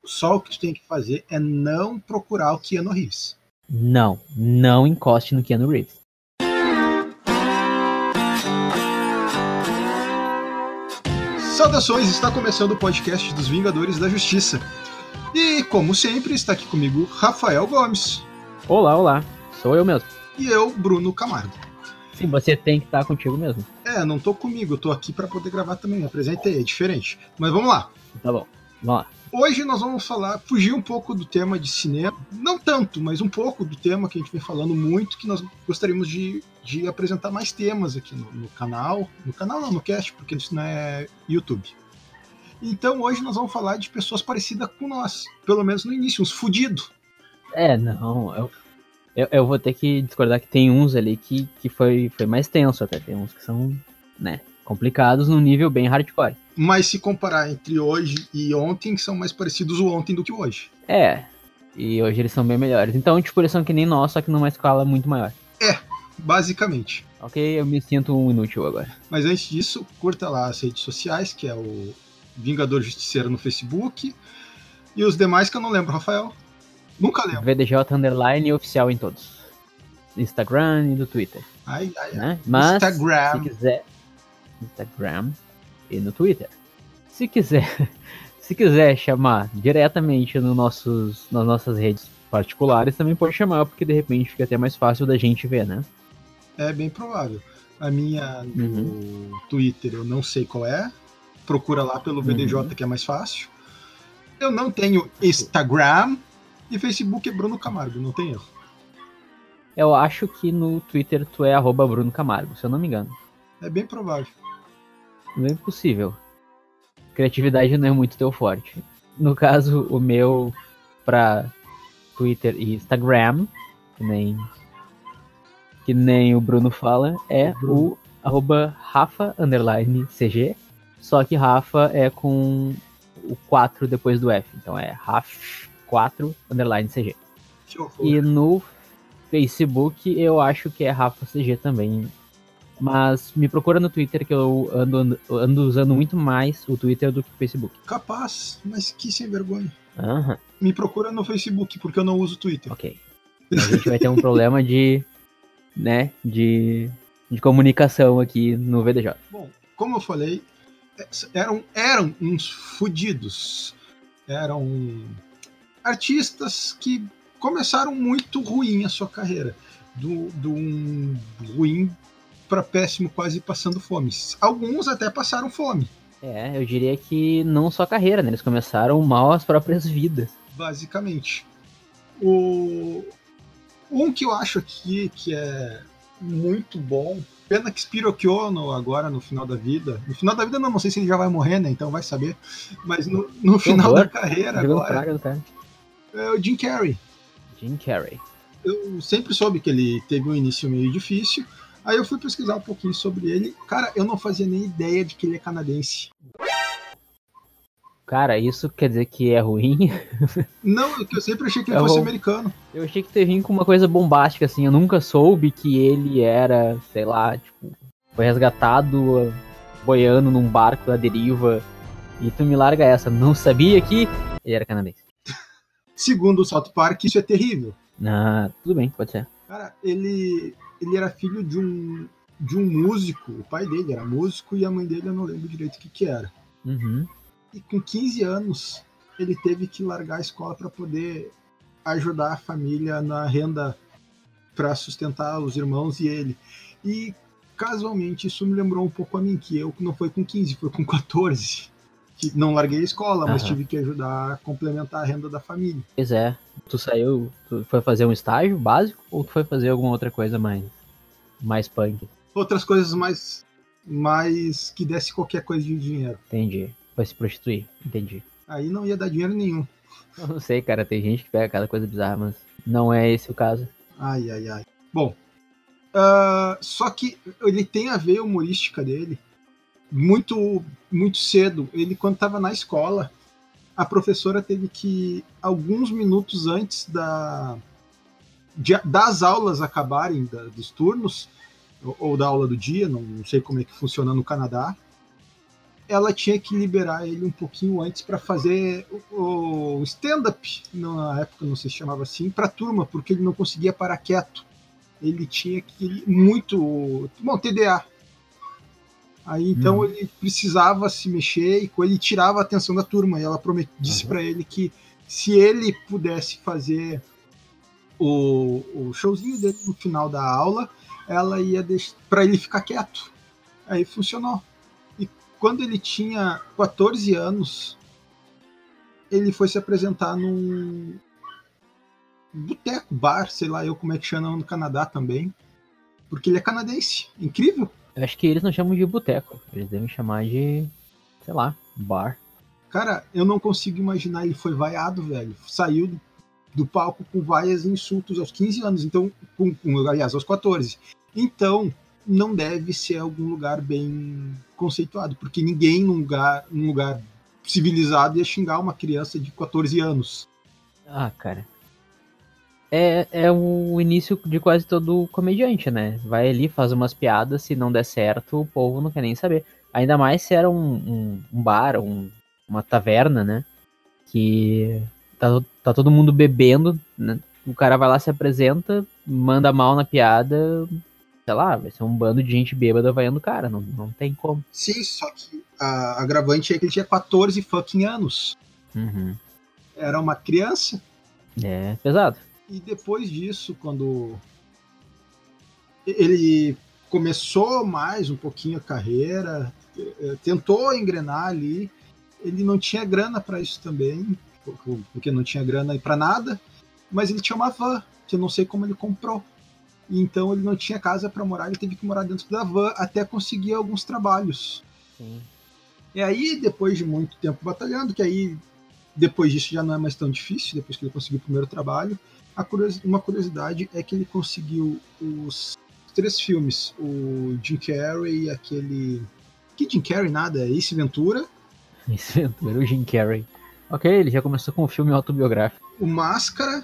Só o que tu tem que fazer é não procurar o Keanu Reeves. Não encoste no Keanu Reeves. Saudações, está começando o podcast dos Vingadores da Justiça. E, como sempre, está aqui comigo Rafael Gomes. Olá, sou eu mesmo. E eu, Bruno Camargo. Sim, você tem que estar contigo mesmo. Não tô comigo, eu tô aqui para poder gravar também, me apresentei, é diferente. Mas vamos lá. Tá bom, vamos lá. Hoje nós vamos fugir um pouco do tema de cinema, não tanto, mas um pouco do tema que a gente vem falando muito, que nós gostaríamos de apresentar mais temas aqui no canal. No canal não, no cast, porque isso não é YouTube. Então hoje nós vamos falar de pessoas parecidas com nós, pelo menos no início, uns fudidos. Eu vou ter que discordar que tem uns ali que foi mais tenso até, tem uns que são, complicados num nível bem hardcore. Mas se comparar entre hoje e ontem, são mais parecidos o ontem do que o hoje. E hoje eles são bem melhores. Então, eles são que nem nós, só que numa escala muito maior. Basicamente. Ok, eu me sinto um inútil agora. Mas antes disso, curta lá as redes sociais, que é o Vingador Justiceiro no Facebook. E os demais que eu não lembro, Rafael. Nunca lembro. VDJ _ oficial em todos. Instagram e do Twitter. Né? Mas, Instagram. Se quiser... Instagram e no Twitter. Se quiser chamar diretamente nas nossas redes particulares, também pode chamar, porque de repente fica até mais fácil da gente ver, né? É bem provável. A minha no Twitter eu não sei qual é. Procura lá pelo VDJ que é mais fácil. Eu não tenho Instagram e Facebook é Bruno Camargo, não tem erro. Eu acho que no Twitter tu é @Bruno Camargo, se eu não me engano. É bem provável. Não é impossível. Criatividade não é muito teu forte. No caso, o meu pra Twitter e Instagram, que nem o Bruno fala, é o @Rafa_CG, só que Rafa é com o 4 depois do F, então é Raf4_CG. E no Facebook eu acho que é RafaCG também. Mas me procura no Twitter, que eu ando usando muito mais o Twitter do que o Facebook. Capaz, mas que sem vergonha. Aham. Me procura no Facebook, porque eu não uso Twitter. Ok. Então a gente vai ter um problema de comunicação aqui no VDJ. Bom, como eu falei, eram uns fudidos. Eram artistas que começaram muito ruim a sua carreira. Do um ruim para péssimo, quase passando fome. Alguns até passaram fome. Eu diria que não só a carreira, né? Eles começaram mal as próprias vidas. Basicamente. Um que eu acho aqui que é muito bom, pena que Spiro Kyono agora no final da vida. No final da vida não sei se ele já vai morrer, né? Então vai saber. Mas no final da carreira agora é o Jim Carrey. Jim Carrey. Eu sempre soube que ele teve um início meio difícil. Aí eu fui pesquisar um pouquinho sobre ele. Cara, eu não fazia nem ideia de que ele é canadense. Cara, isso quer dizer que é ruim? Não, eu sempre achei que ele fosse americano. Eu achei que teve com uma coisa bombástica, assim. Eu nunca soube que ele era, sei lá, foi resgatado boiando num barco da deriva. E tu me larga essa. Não sabia que ele era canadense. Segundo o South Park, isso é terrível. Tudo bem, pode ser. Cara, ele era filho de um músico. O pai dele era músico e a mãe dele eu não lembro direito o que era. E com 15 anos ele teve que largar a escola para poder ajudar a família na renda para sustentar os irmãos e ele. E casualmente isso me lembrou um pouco a mim, que eu não foi com 15, foi com 14. Que não larguei a escola, mas tive que ajudar a complementar a renda da família. Pois é. Tu foi fazer um estágio básico ou tu foi fazer alguma outra coisa mais punk? Outras coisas mais que desse qualquer coisa de dinheiro. Entendi. Foi se prostituir, entendi. Aí não ia dar dinheiro nenhum. Eu não sei, cara, tem gente que pega cada coisa bizarra, mas não é esse o caso. Ai. Bom, só que ele tem a veia humorística dele muito, muito cedo. Ele, quando estava na escola, a professora teve que, alguns minutos antes das aulas acabarem, dos turnos, ou da aula do dia, não sei como é que funciona no Canadá, ela tinha que liberar ele um pouquinho antes para fazer o stand-up, na época não sei se chamava assim, para a turma, porque ele não conseguia parar quieto. Ele tinha que muito, bom, TDA. Aí então ele precisava se mexer e ele tirava a atenção da turma. E ela disse para ele que se ele pudesse fazer o showzinho dele no final da aula, ela ia deixar para ele ficar quieto. Aí funcionou. E quando ele tinha 14 anos, ele foi se apresentar num boteco, bar, sei lá eu como é que chama no Canadá também, porque ele é canadense. Incrível. Eu acho que eles não chamam de boteco, eles devem chamar de, sei lá, bar. Cara, eu não consigo imaginar, ele foi vaiado, velho. Saiu do palco com vaias e insultos aos 15 anos, então, aliás, aos 14. Então, não deve ser algum lugar bem conceituado, porque ninguém num lugar civilizado ia xingar uma criança de 14 anos. Ah, cara. É o início de quase todo comediante, né? Vai ali, faz umas piadas, se não der certo, o povo não quer nem saber. Ainda mais se era um bar, uma taverna, né? Que tá todo mundo bebendo, né? O cara vai lá, se apresenta, manda mal na piada, sei lá, vai ser um bando de gente bêbada vaiando o cara, não tem como. Sim, só que a agravante é que ele tinha 14 fucking anos. Era uma criança. É pesado. E depois disso, quando ele começou mais um pouquinho a carreira, tentou engrenar ali, ele não tinha grana para isso também, porque não tinha grana para nada, mas ele tinha uma van, que eu não sei como ele comprou. Então ele não tinha casa para morar, ele teve que morar dentro da van até conseguir alguns trabalhos. Sim. E aí, depois de muito tempo batalhando, que aí depois disso já não é mais tão difícil, depois que ele conseguiu o primeiro trabalho, uma curiosidade é que ele conseguiu os 3 filmes, o Jim Carrey e aquele... Que Jim Carrey nada, é Ace Ventura. Ace Ventura, o Jim Carrey. Ok, ele já começou com um filme autobiográfico. O Máscara.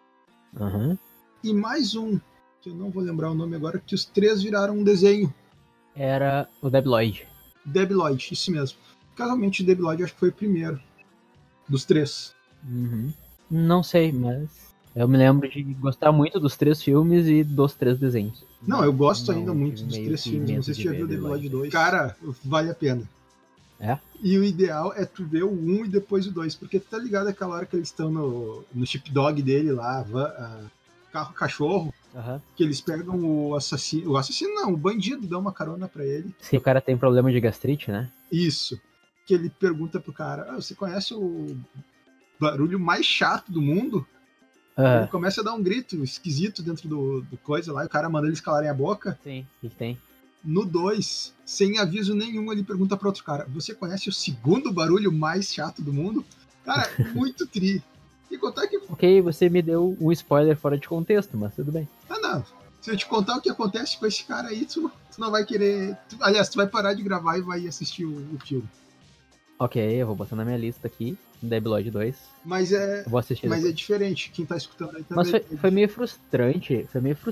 E mais um, que eu não vou lembrar o nome agora, que os 3 viraram um desenho. Era o Debi Lloyd. Debi Lloyd, isso mesmo. Casualmente o Debi Lloyd acho que foi o primeiro dos 3. Não sei, mas... Eu me lembro de gostar muito dos 3 filmes e dos 3 desenhos. Não, eu gosto ainda muito dos 3 filmes. Não sei se você já viu o Debi Lloyd 2. Cara, vale a pena. É? E o ideal é tu ver o 1 e depois o 2, porque tu tá ligado aquela hora que eles estão no chipdog dele lá, carro-cachorro, que eles pegam o assassino não, o bandido, dá uma carona pra ele. Se o cara tem problema de gastrite, né? Isso. Que ele pergunta pro cara, você conhece o barulho mais chato do mundo? Ele começa a dar um grito esquisito dentro do coisa lá, e o cara manda eles calarem a boca. Sim, o que tem? No 2, sem aviso nenhum, ele pergunta para outro cara, você conhece o segundo barulho mais chato do mundo? Cara, muito tri. E contar que... Ok, você me deu um spoiler fora de contexto, mas tudo bem. Ah, não. Se eu te contar o que acontece com esse cara aí, tu não vai querer... Aliás, tu vai parar de gravar e vai assistir o filme. Ok, eu vou botar na minha lista aqui, Debi Lloyd 2. Mas eu vou assistir mas depois. É diferente, quem tá escutando aí também. Mas foi meio frustrante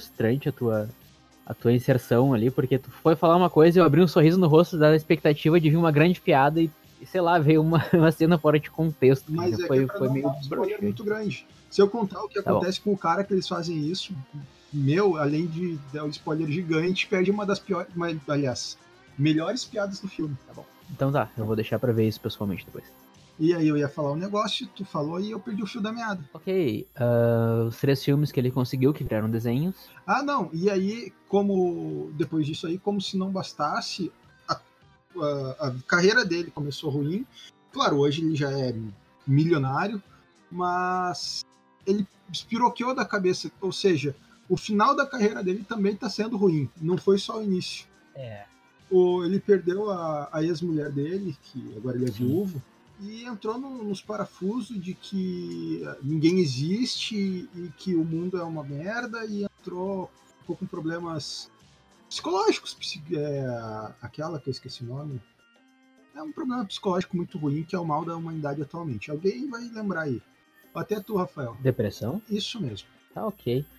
a tua inserção ali, porque tu foi falar uma coisa e eu abri um sorriso no rosto da expectativa de vir uma grande piada e sei lá, veio uma cena fora de contexto. Mas foi meio spoiler muito grande. Se eu contar o que acontece com o cara que eles fazem isso, além de dar um spoiler gigante, perde uma das piores, aliás, melhores piadas do filme. Tá bom. Então tá, eu vou deixar pra ver isso pessoalmente depois. E aí eu ia falar um negócio, tu falou e eu perdi o fio da meada. Ok, os 3 filmes que ele conseguiu, que viraram desenhos. Ah, não, e aí, depois disso aí, como se não bastasse, a carreira dele começou ruim. Claro, hoje ele já é milionário, mas ele espiroqueou da cabeça, ou seja, o final da carreira dele também está sendo ruim, não foi só o início. Ele perdeu a ex-mulher dele, que agora ele é viúvo, e entrou nos parafusos de que ninguém existe e que o mundo é uma merda, e ficou com problemas psicológicos, aquela que eu esqueci o nome. É um problema psicológico muito ruim, que é o mal da humanidade atualmente. Alguém vai lembrar aí. Até tu, Rafael. Depressão? Isso mesmo. Tá ok.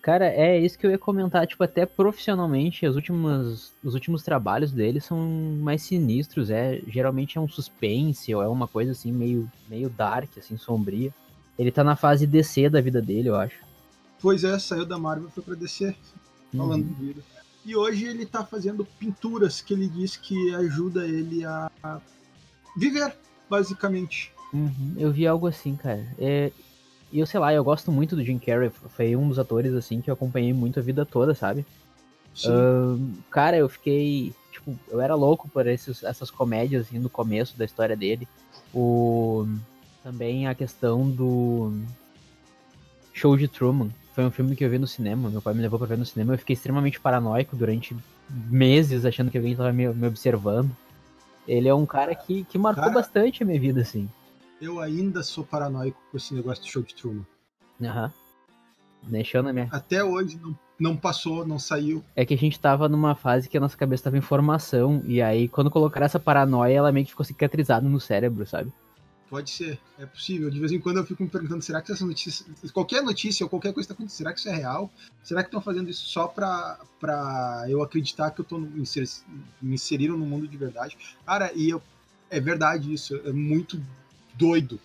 Cara, é isso que eu ia comentar, tipo, até profissionalmente, os últimos trabalhos dele são mais sinistros, geralmente é um suspense, ou é uma coisa assim, meio dark, assim, sombria. Ele tá na fase DC da vida dele, eu acho. Pois é, saiu da Marvel e foi pra DC, falando de vida. E hoje ele tá fazendo pinturas que ele diz que ajuda ele a viver, basicamente. Eu vi algo assim, cara. E eu sei lá, eu gosto muito do Jim Carrey, foi um dos atores, assim, que eu acompanhei muito a vida toda, sabe? Sim. Cara, eu fiquei, tipo, eu era louco por essas comédias, assim, no começo da história dele. Também a questão do Show de Truman. Foi um filme que eu vi no cinema, meu pai me levou pra ver no cinema, eu fiquei extremamente paranoico durante meses, achando que alguém tava me observando. Ele é um cara que marcou bastante a minha vida, assim. Eu ainda sou paranoico com esse negócio de Show de Truman. Aham. Deixou na minha... Até hoje não passou, não saiu. É que a gente tava numa fase que a nossa cabeça tava em formação, e aí quando colocaram essa paranoia, ela meio que ficou cicatrizada no cérebro, sabe? Pode ser, é possível. De vez em quando eu fico me perguntando, será que essa notícia, qualquer notícia ou qualquer coisa que está acontecendo, será que isso é real? Será que estão fazendo isso só pra eu acreditar que eu tô me inseriram no mundo de verdade? Cara, é verdade isso, é muito doido.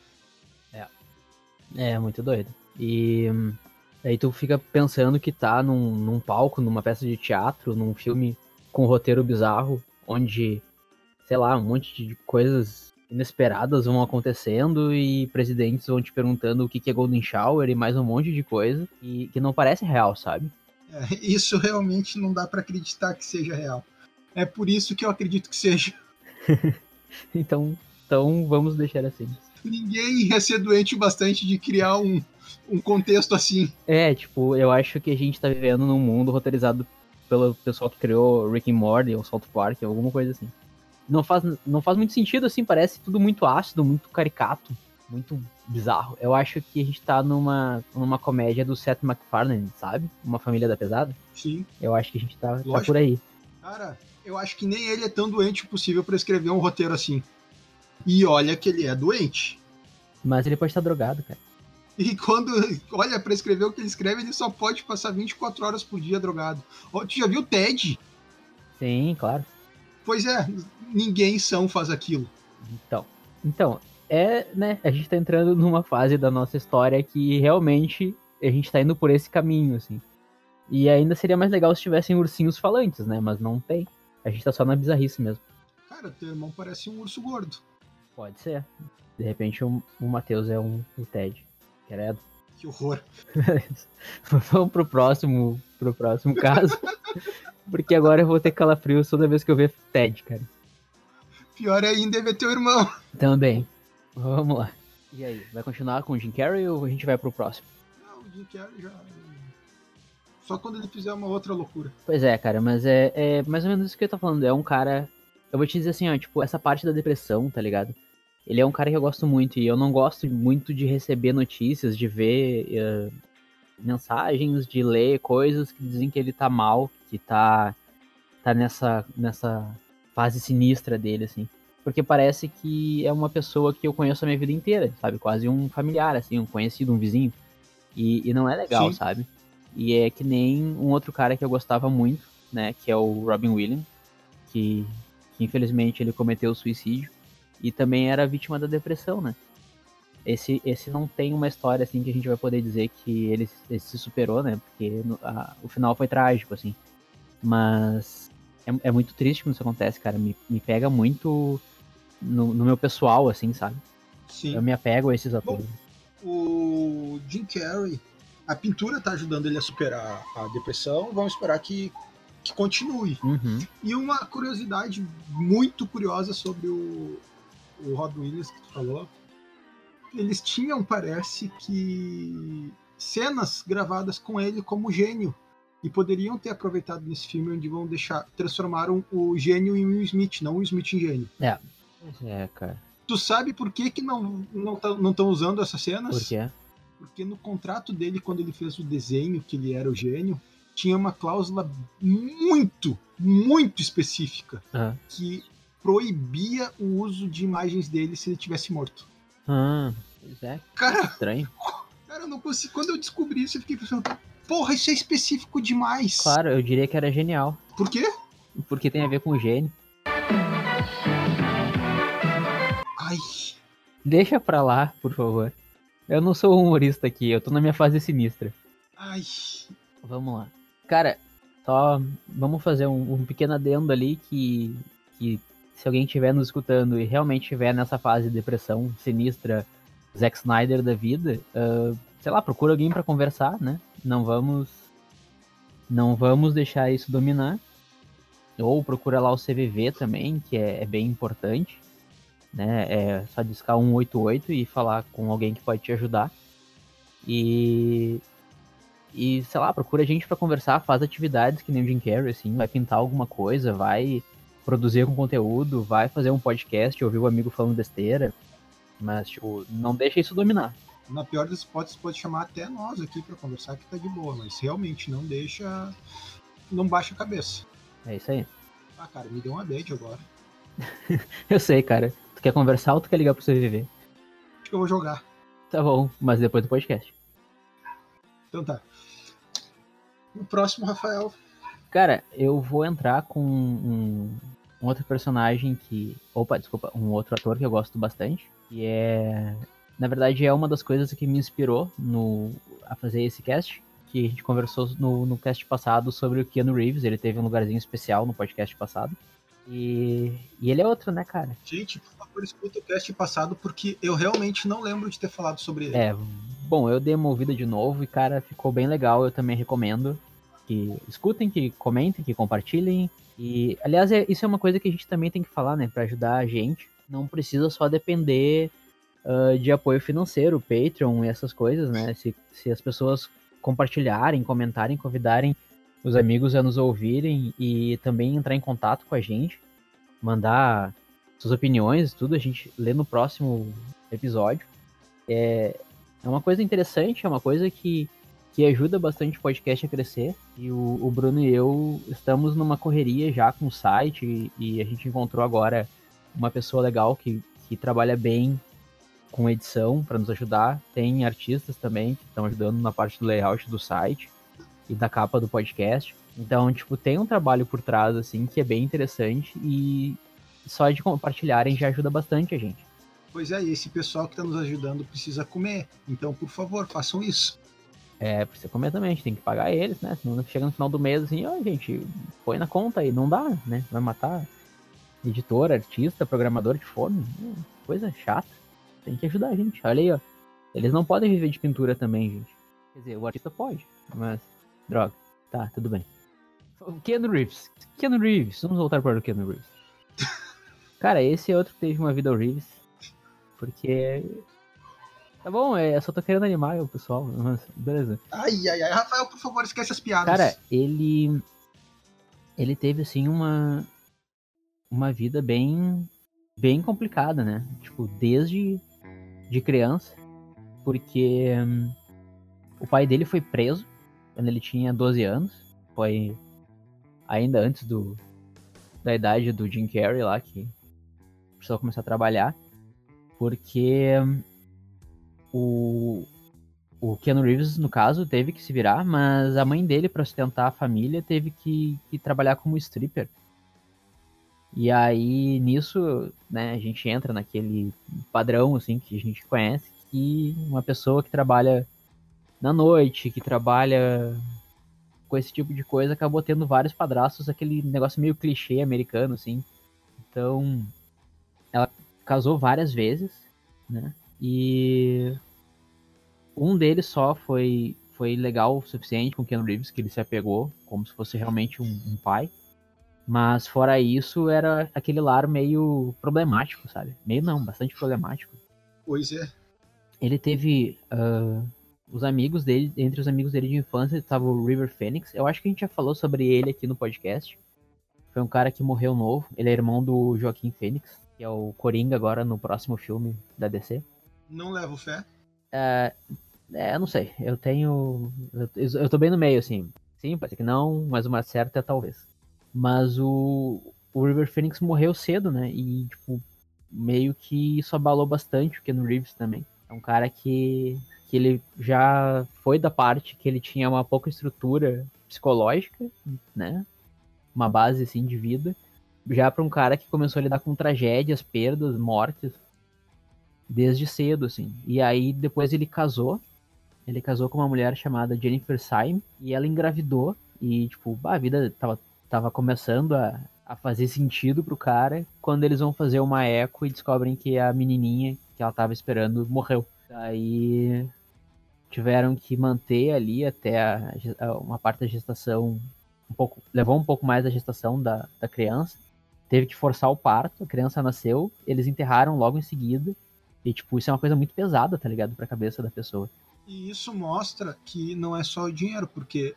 É muito doido. E aí tu fica pensando que tá num palco, numa peça de teatro, num filme com roteiro bizarro, onde, sei lá, um monte de coisas inesperadas vão acontecendo e presidentes vão te perguntando o que é Golden Shower e mais um monte de coisa e que não parece real, sabe? Isso realmente não dá para acreditar que seja real. É por isso que eu acredito que seja. então vamos deixar assim. Ninguém ia ser doente o bastante de criar um contexto assim. Tipo, eu acho que a gente tá vivendo num mundo roteirizado pelo pessoal que criou Rick and Morty ou South Park, alguma coisa assim. Não faz muito sentido, assim, parece tudo muito ácido, muito caricato, muito bizarro. Eu acho que a gente tá numa comédia do Seth MacFarlane, sabe? Uma Família da Pesada. Sim. Eu acho que a gente tá por aí. Cara, eu acho que nem ele é tão doente possível para escrever um roteiro assim. E olha que ele é doente. Mas ele pode estar drogado, cara. E quando olha para escrever o que ele escreve, ele só pode passar 24 horas por dia drogado. Tu já viu o Ted? Sim, claro. Pois é, ninguém são faz aquilo. Então, né, a gente tá entrando numa fase da nossa história que realmente a gente tá indo por esse caminho, assim. E ainda seria mais legal se tivessem ursinhos falantes, né? Mas não tem. A gente tá só na bizarrice mesmo. Cara, teu irmão parece um urso gordo. Pode ser. De repente o Matheus é o Ted. Credo. Que horror. Vamos pro próximo caso. Porque agora eu vou ter calafrios toda vez que eu ver Ted, cara. Pior ainda é ver teu irmão. Também. Vamos lá. E aí, vai continuar com o Jim Carrey ou a gente vai pro próximo? Não, o Jim Carrey já... Só quando ele fizer uma outra loucura. Pois é, cara, mas é mais ou menos isso que eu tô falando. É um cara... Eu vou te dizer assim, ó, tipo, essa parte da depressão, tá ligado? Ele é um cara que eu gosto muito e eu não gosto muito de receber notícias, de ver mensagens, de ler coisas que dizem que ele tá mal, que tá nessa fase sinistra dele, assim. Porque parece que é uma pessoa que eu conheço a minha vida inteira, sabe? Quase um familiar, assim, um conhecido, um vizinho. E não é legal, sim, sabe? E é que nem um outro cara que eu gostava muito, né? Que é o Robin Williams, que infelizmente ele cometeu suicídio. E também era vítima da depressão, né? Esse não tem uma história, assim, que a gente vai poder dizer que ele se superou, né? Porque o final foi trágico, assim. Mas é muito triste quando isso acontece, cara. Me pega muito no meu pessoal, assim, sabe? Sim. Eu me apego a esses atores. Bom, o Jim Carrey, a pintura tá ajudando ele a superar a depressão. Vamos esperar que continue. Uhum. E uma curiosidade muito curiosa sobre o Robin Williams que tu falou. Eles tinham, parece que, cenas gravadas com ele como gênio. E poderiam ter aproveitado nesse filme onde transformaram o gênio em Will Smith, não o Smith em gênio. Cara. Tu sabe por que não estão usando essas cenas? Por quê? Porque no contrato dele, quando ele fez o desenho que ele era o gênio, tinha uma cláusula muito, muito específica que proibia o uso de imagens dele se ele tivesse morto. Pois é. Cara, estranho. Cara, eu não consigo. Quando eu descobri isso, eu fiquei pensando, Porra, isso é específico demais. Claro, eu diria que era genial. Por quê? Porque tem a ver com o gênio. Ai. Deixa pra lá, por favor. Eu não sou humorista aqui, eu tô na minha fase sinistra. Ai. Vamos lá. Cara, só vamos fazer um pequeno adendo ali que se alguém estiver nos escutando e realmente estiver nessa fase de depressão sinistra, Zack Snyder da vida, sei lá, procura alguém pra conversar, né? Não vamos deixar isso dominar. Ou procura lá o CVV também, que é bem importante, né? É só discar 188 e falar com alguém que pode te ajudar. E sei lá, procura a gente pra conversar, faz atividades que nem o Jim Carrey, assim, vai pintar alguma coisa, vai produzir algum conteúdo, vai fazer um podcast, ouvir o amigo falando besteira, mas, tipo, não deixa isso dominar. Na pior das hipóteses, pode chamar até nós aqui pra conversar, que tá de boa, mas realmente não deixa, não baixa a cabeça. É isso aí. Ah, cara, me deu uma bad agora. Eu sei, cara. Tu quer conversar ou tu quer ligar pro CVV? Acho que eu vou jogar. Tá bom, mas depois do podcast. Então tá. No próximo, Rafael. Cara, eu vou entrar com um outro personagem que... Opa, desculpa. Um outro ator que eu gosto bastante. Que é... Na verdade, é uma das coisas que me inspirou a fazer esse cast. Que a gente conversou no cast passado sobre o Keanu Reeves. Ele teve um lugarzinho especial no podcast passado. E ele é outro, né, cara? Gente, por favor, escuta o cast passado, porque eu realmente não lembro de ter falado sobre ele. Bom, eu dei uma ouvida de novo e, cara, ficou bem legal. Eu também recomendo que escutem, que comentem, que compartilhem. E, aliás, isso é uma coisa que a gente também tem que falar, né? Pra ajudar a gente. Não precisa só depender de apoio financeiro, Patreon e essas coisas, né? Se as pessoas compartilharem, comentarem, convidarem os amigos a nos ouvirem e também entrar em contato com a gente, mandar suas opiniões, tudo, a gente lê no próximo episódio. É uma coisa interessante, é uma coisa que ajuda bastante o podcast a crescer. E o Bruno e eu estamos numa correria já com o site e a gente encontrou agora uma pessoa legal que trabalha bem com edição para nos ajudar. Tem artistas também que estão ajudando na parte do layout do site e da capa do podcast. Então, tipo, tem um trabalho por trás, assim, que é bem interessante e só de compartilharem já ajuda bastante a gente. Pois é, e esse pessoal que está nos ajudando precisa comer. Então, por favor, façam isso. Precisa comer também, a gente tem que pagar eles, né? Senão chega no final do mês, assim, gente, põe na conta aí, não dá, né? Vai matar editor, artista, programador de fome. Coisa chata. Tem que ajudar a gente. Olha aí, ó. Eles não podem viver de pintura também, gente. Quer dizer, o artista pode, mas... Droga. Tá, tudo bem. Keanu Reeves. Vamos voltar para o Keanu Reeves. Cara, esse é outro que teve uma vida horrível. Porque... Tá bom, eu só tô querendo animar o pessoal, mas beleza. Ai, Rafael, por favor, esquece as piadas. Cara, ele teve, assim, uma vida bem complicada, né? Tipo, desde de criança, porque o pai dele foi preso quando ele tinha 12 anos, foi ainda antes da idade do Jim Carrey lá, que precisou começar a trabalhar, porque o Keanu Reeves, no caso, teve que se virar, mas a mãe dele, para sustentar a família, teve que trabalhar como stripper. E aí, nisso, né, a gente entra naquele padrão, assim, que a gente conhece, que uma pessoa que trabalha na noite, que trabalha com esse tipo de coisa, acabou tendo vários padrastos, aquele negócio meio clichê americano, assim. Então, ela casou várias vezes, né, e um deles só foi legal o suficiente com o Keanu Reeves, que ele se apegou, como se fosse realmente um pai. Mas fora isso, era aquele lar meio problemático, sabe? Meio não, bastante problemático. Pois é. Ele teve os amigos dele, entre os amigos dele de infância, estava o River Phoenix. Eu acho que a gente já falou sobre ele aqui no podcast. Foi um cara que morreu novo. Ele é irmão do Joaquim Phoenix, que é o Coringa agora no próximo filme da DC. Não levo fé. Eu não sei. Eu tô bem no meio, assim. Sim, pode ser que não, mas uma certa é talvez. Mas o River Phoenix morreu cedo, né? E, tipo, meio que isso abalou bastante o Keanu Reeves também. É um cara que que ele já foi da parte que ele tinha uma pouca estrutura psicológica, né? Uma base, assim, de vida. Já pra um cara que começou a lidar com tragédias, perdas, mortes, desde cedo, assim. E aí, depois ele casou. Ele casou com uma mulher chamada Jennifer Syme, e ela engravidou. E, tipo, a vida tava começando a fazer sentido pro cara, quando eles vão fazer uma eco e descobrem que a menininha que ela tava esperando morreu. Daí tiveram que manter ali até uma parte da gestação, levou um pouco mais da gestação da criança. Teve que forçar o parto, a criança nasceu, eles enterraram logo em seguida. E, tipo, isso é uma coisa muito pesada, tá ligado? Pra cabeça da pessoa. E isso mostra que não é só o dinheiro, porque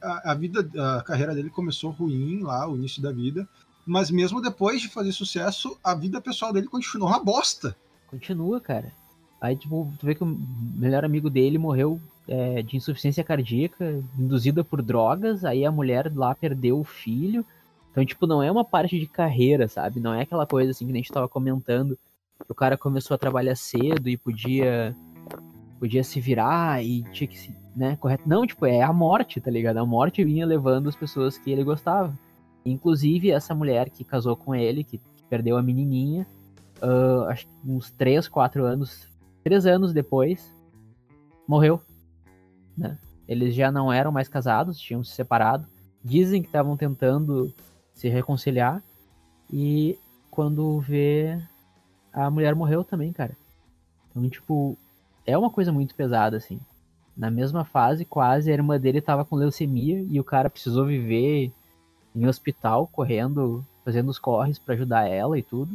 a carreira dele começou ruim lá, o início da vida, mas mesmo depois de fazer sucesso, a vida pessoal dele continuou uma bosta. Continua, cara. Aí, tipo, tu vê que o melhor amigo dele morreu de insuficiência cardíaca, induzida por drogas, aí a mulher lá perdeu o filho. Então, tipo, não é uma parte de carreira, sabe? Não é aquela coisa assim que a gente tava comentando. O cara começou a trabalhar cedo e podia se virar e tinha que se, né, correto. Não, tipo, é a morte, tá ligado? A morte vinha levando as pessoas que ele gostava. Inclusive, essa mulher que casou com ele, que perdeu a menininha, acho que uns 3, 4 anos, 3 anos depois, morreu, né? Eles já não eram mais casados, tinham se separado. Dizem que estavam tentando se reconciliar. E quando vê, a mulher morreu também, cara. Então, tipo, é uma coisa muito pesada, assim. Na mesma fase, quase, a irmã dele tava com leucemia e o cara precisou viver em hospital, correndo, fazendo os corres pra ajudar ela e tudo.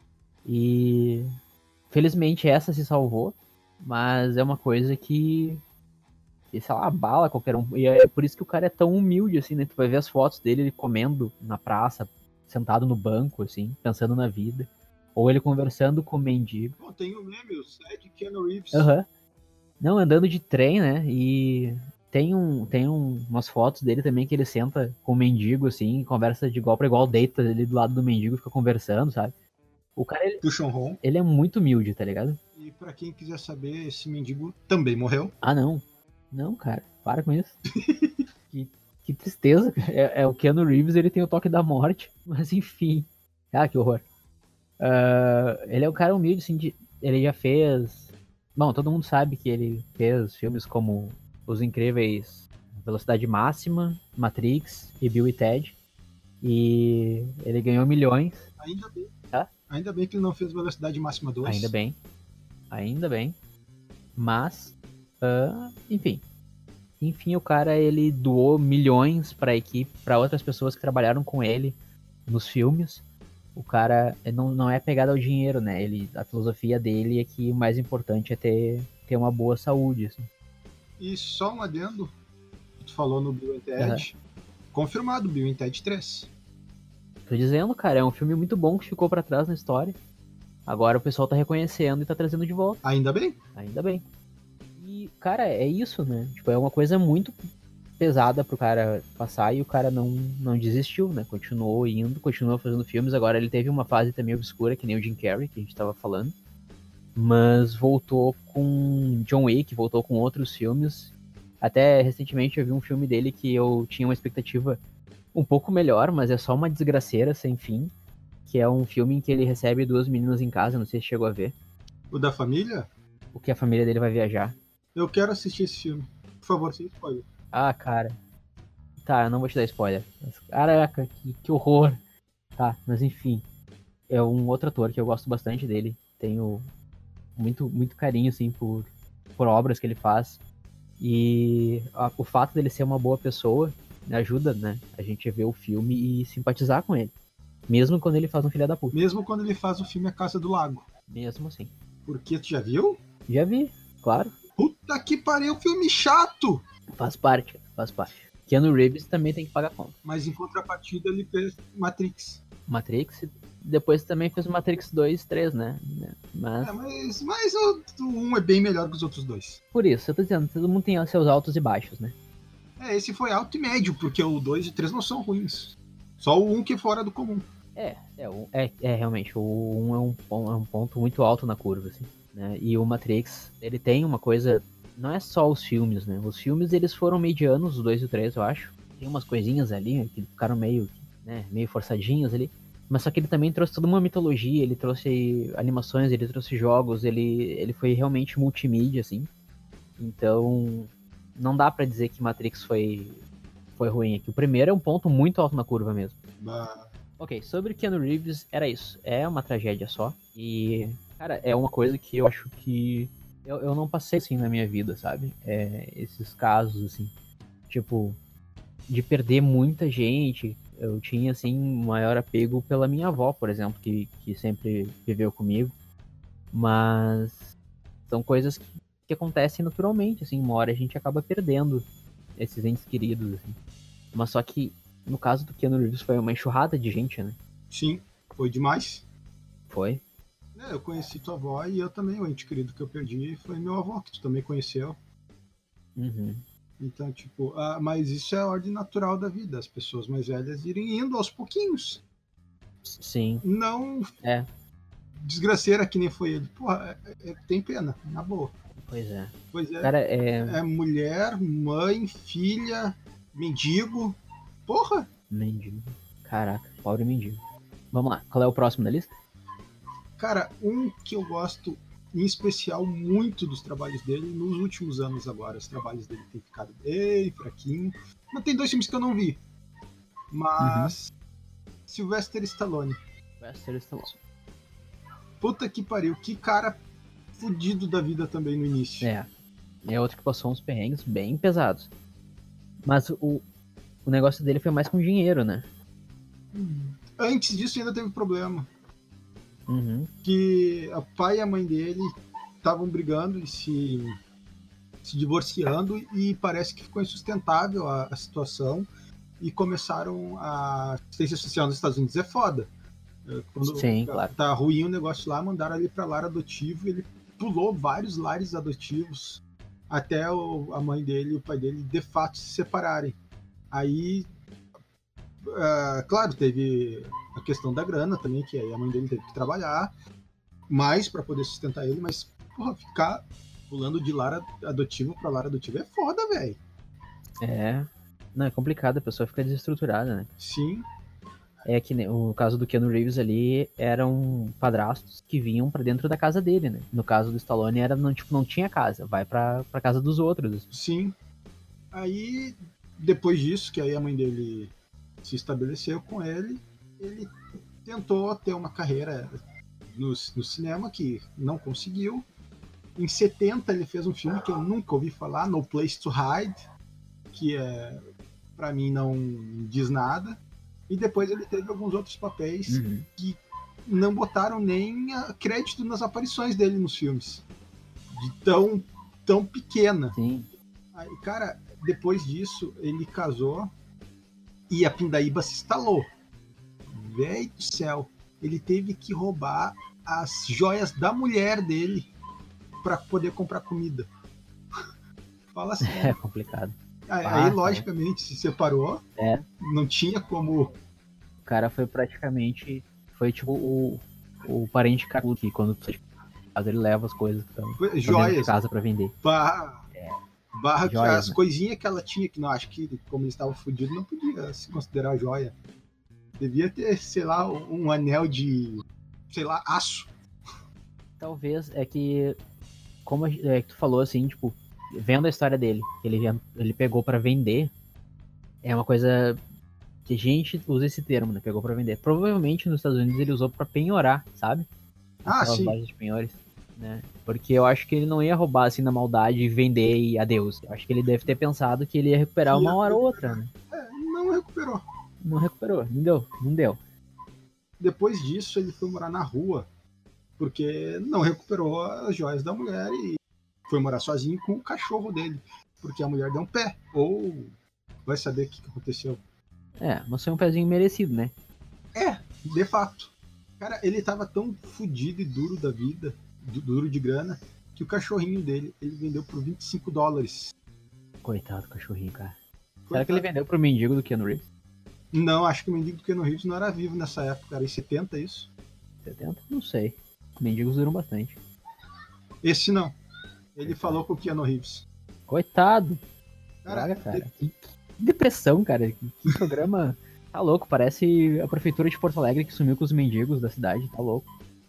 E felizmente essa se salvou, mas é uma coisa que sei lá, abala qualquer um. E é por isso que o cara é tão humilde, assim, né? Tu vai ver as fotos dele, ele comendo na praça, sentado no banco, assim, pensando na vida. Ou ele conversando com o mendigo. Pô, tem o meme, o Sad Keanu Reeves. Aham. Não, andando de trem, né? E tem umas fotos dele também que ele senta com o mendigo, assim, conversa de igual pra igual, deita ali do lado do mendigo e fica conversando, sabe? O cara, Puxa um rom. ele é muito humilde, tá ligado? E pra quem quiser saber, esse mendigo também morreu. Ah, não. Não, cara, para com isso. que tristeza, cara. É o Keanu Reeves, ele tem o toque da morte, mas enfim. Ah, que horror. Ele é um cara humilde, assim, ele já fez... Bom, todo mundo sabe que ele fez filmes como Os Incríveis Velocidade Máxima, Matrix e Bill e Ted. E ele ganhou milhões. Ainda bem. Tá? Ainda bem que ele não fez Velocidade Máxima 2. Ainda bem. Mas, enfim. Enfim, o cara, ele doou milhões pra equipe, pra outras pessoas que trabalharam com ele nos filmes. O cara não é pegado ao dinheiro, né? A filosofia dele é que o mais importante é ter uma boa saúde. Assim. E só um adendo, tu falou no Bill and Ted, confirmado, Bill and Ted 3. Tô dizendo, cara, é um filme muito bom que ficou pra trás na história. Agora o pessoal tá reconhecendo e tá trazendo de volta. Ainda bem. Ainda bem. E, cara, é isso, né? Tipo, é uma coisa muito pesada pro cara passar e o cara não desistiu, né? Continuou indo, continuou fazendo filmes. Agora ele teve uma fase também obscura, que nem o Jim Carrey, que a gente tava falando. Mas voltou com John Wick, voltou com outros filmes. Até recentemente eu vi um filme dele que eu tinha uma expectativa um pouco melhor, mas é só uma desgraceira sem fim. Que é um filme em que ele recebe 2 meninas em casa, não sei se chegou a ver. O da família? O que a família dele vai viajar. Eu quero assistir esse filme. Por favor, sem spoiler. Ah, cara. Tá, eu não vou te dar spoiler. Mas, caraca, que horror. Tá, mas enfim. É um outro ator que eu gosto bastante dele. Tenho muito, muito carinho, assim, por obras que ele faz. E o fato dele ser uma boa pessoa ajuda, né? A gente a ver o filme e simpatizar com ele. Mesmo quando ele faz um filho da puta. Mesmo quando ele faz o filme A Casa do Lago. Mesmo assim. Porque tu já viu? Já vi, claro. Puta que pariu, filme chato! Faz parte. Keanu Reeves também tem que pagar conta. Mas em contrapartida ele fez Matrix. Matrix, depois também fez o Matrix 2, 3, né? Mas o 1 é bem melhor que os outros dois. Por isso, eu tô dizendo, todo mundo tem seus altos e baixos, né? Esse foi alto e médio, porque o 2 e o 3 não são ruins. Só o 1 que é fora do comum. Realmente, o 1 é um ponto muito alto na curva, assim, né? E o Matrix, ele tem uma coisa não é só os filmes, né? Os filmes, eles foram medianos, os 2 e o 3, eu acho. Tem umas coisinhas ali que ficaram meio, né, meio forçadinhas ali. Mas só que ele também trouxe toda uma mitologia, ele trouxe animações, ele trouxe jogos, ele foi realmente multimídia, assim. Então, não dá pra dizer que Matrix foi ruim aqui. O primeiro é um ponto muito alto na curva mesmo. Ok, sobre Keanu Reeves, era isso. É uma tragédia só. E, cara, é uma coisa que eu acho que eu não passei assim na minha vida, sabe? Esses casos, assim, tipo, de perder muita gente. Eu tinha, assim, maior apego pela minha avó, por exemplo, que sempre viveu comigo. Mas são coisas que acontecem naturalmente, assim. Uma hora a gente acaba perdendo esses entes queridos, assim. Mas só que, no caso do Keanu Reeves, foi uma enxurrada de gente, né? Sim, foi demais. Foi. Eu conheci tua avó e eu também, o ente querido que eu perdi foi meu avô, que tu também conheceu. Uhum. Então, tipo, mas isso é a ordem natural da vida, as pessoas mais velhas irem indo aos pouquinhos. Sim. Não desgraceira que nem foi ele. Porra, tem pena, na boa. Pois é. Pois é. Cara, é mulher, mãe, filha, mendigo. Porra! Mendigo. Caraca, pobre mendigo. Vamos lá, qual é o próximo da lista? Cara, um que eu gosto em especial muito dos trabalhos dele nos últimos anos agora. Os trabalhos dele têm ficado bem fraquinho. Mas tem 2 filmes que eu não vi. Mas Sylvester Stallone. Sylvester Stallone. Puta que pariu, que cara fudido da vida também no início. É outro que passou uns perrengues bem pesados. Mas o negócio dele foi mais com dinheiro, né? Antes disso ainda teve problema. Uhum. Que o pai e a mãe dele estavam brigando e se divorciando e parece que ficou insustentável a situação e começaram a assistência social nos Estados Unidos é foda. Quando Sim, claro. Tá ruim o negócio lá, mandaram ele para lar adotivo, ele pulou vários lares adotivos até a mãe dele e o pai dele de fato se separarem. Aí, claro, teve a questão da grana também, que aí a mãe dele teve que trabalhar mais para poder sustentar ele, mas porra, ficar pulando de lar adotivo para lar adotivo é foda, velho. Não, é complicado, a pessoa fica desestruturada, né? Sim. É que o caso do Keanu Reeves ali eram padrastos que vinham pra dentro da casa dele, né? No caso do Stallone era não tinha casa, vai pra casa dos outros. Sim. Aí, depois disso, que aí a mãe dele se estabeleceu com ele tentou ter uma carreira no cinema que não conseguiu. Em 70 ele fez um filme que eu nunca ouvi falar, No Place to Hide, que pra mim não diz nada. E depois ele teve alguns outros papéis que não botaram nem crédito nas aparições dele nos filmes. De tão pequena. Sim. Aí, cara, depois disso, ele casou e a pindaíba se instalou. Véi do céu. Ele teve que roubar as joias da mulher dele para poder comprar comida. Fala assim. É complicado. Aí, logicamente, se separou. Não tinha como. O cara foi praticamente. Foi tipo o parente carudo que quando tu sai de casa ele leva as coisas que estão dentro de casa pra vender. Barra que joias, as coisinhas que ela tinha, que não acho que, como ele estava fudido, não podia se considerar joia. Devia ter, sei lá, um anel de, sei lá, aço. Talvez é que, como que tu falou assim, tipo, vendo a história dele, que ele pegou pra vender, é uma coisa que a gente usa esse termo, né? Pegou pra vender. Provavelmente nos Estados Unidos ele usou pra penhorar, sabe? Aquelas sim. lojas de penhores, né? Porque eu acho que ele não ia roubar assim na maldade e vender e adeus. Eu acho que ele deve ter pensado que ele ia recuperar uma hora ou outra, né? Não recuperou. Não recuperou, não deu. Depois disso ele foi morar na rua, porque não recuperou as joias da mulher e foi morar sozinho com o cachorro dele, porque a mulher deu um pé, ou vai saber o que aconteceu. Mas foi um pezinho merecido, né? De fato. Cara, ele tava tão fudido e duro da vida, duro de grana, que o cachorrinho dele, ele vendeu por $25. Coitado do cachorrinho, cara. Será que ele vendeu pro mendigo do Keanu Reeves? Não, acho que o mendigo do Keanu Reeves não era vivo nessa época, era em 70 isso. 70? Não sei. Mendigos duram bastante. Esse não. Ele falou com o Keanu Reeves. Coitado. Cara, Que depressão, cara. Que programa. Tá louco, parece a prefeitura de Porto Alegre que sumiu com os mendigos da cidade, tá louco.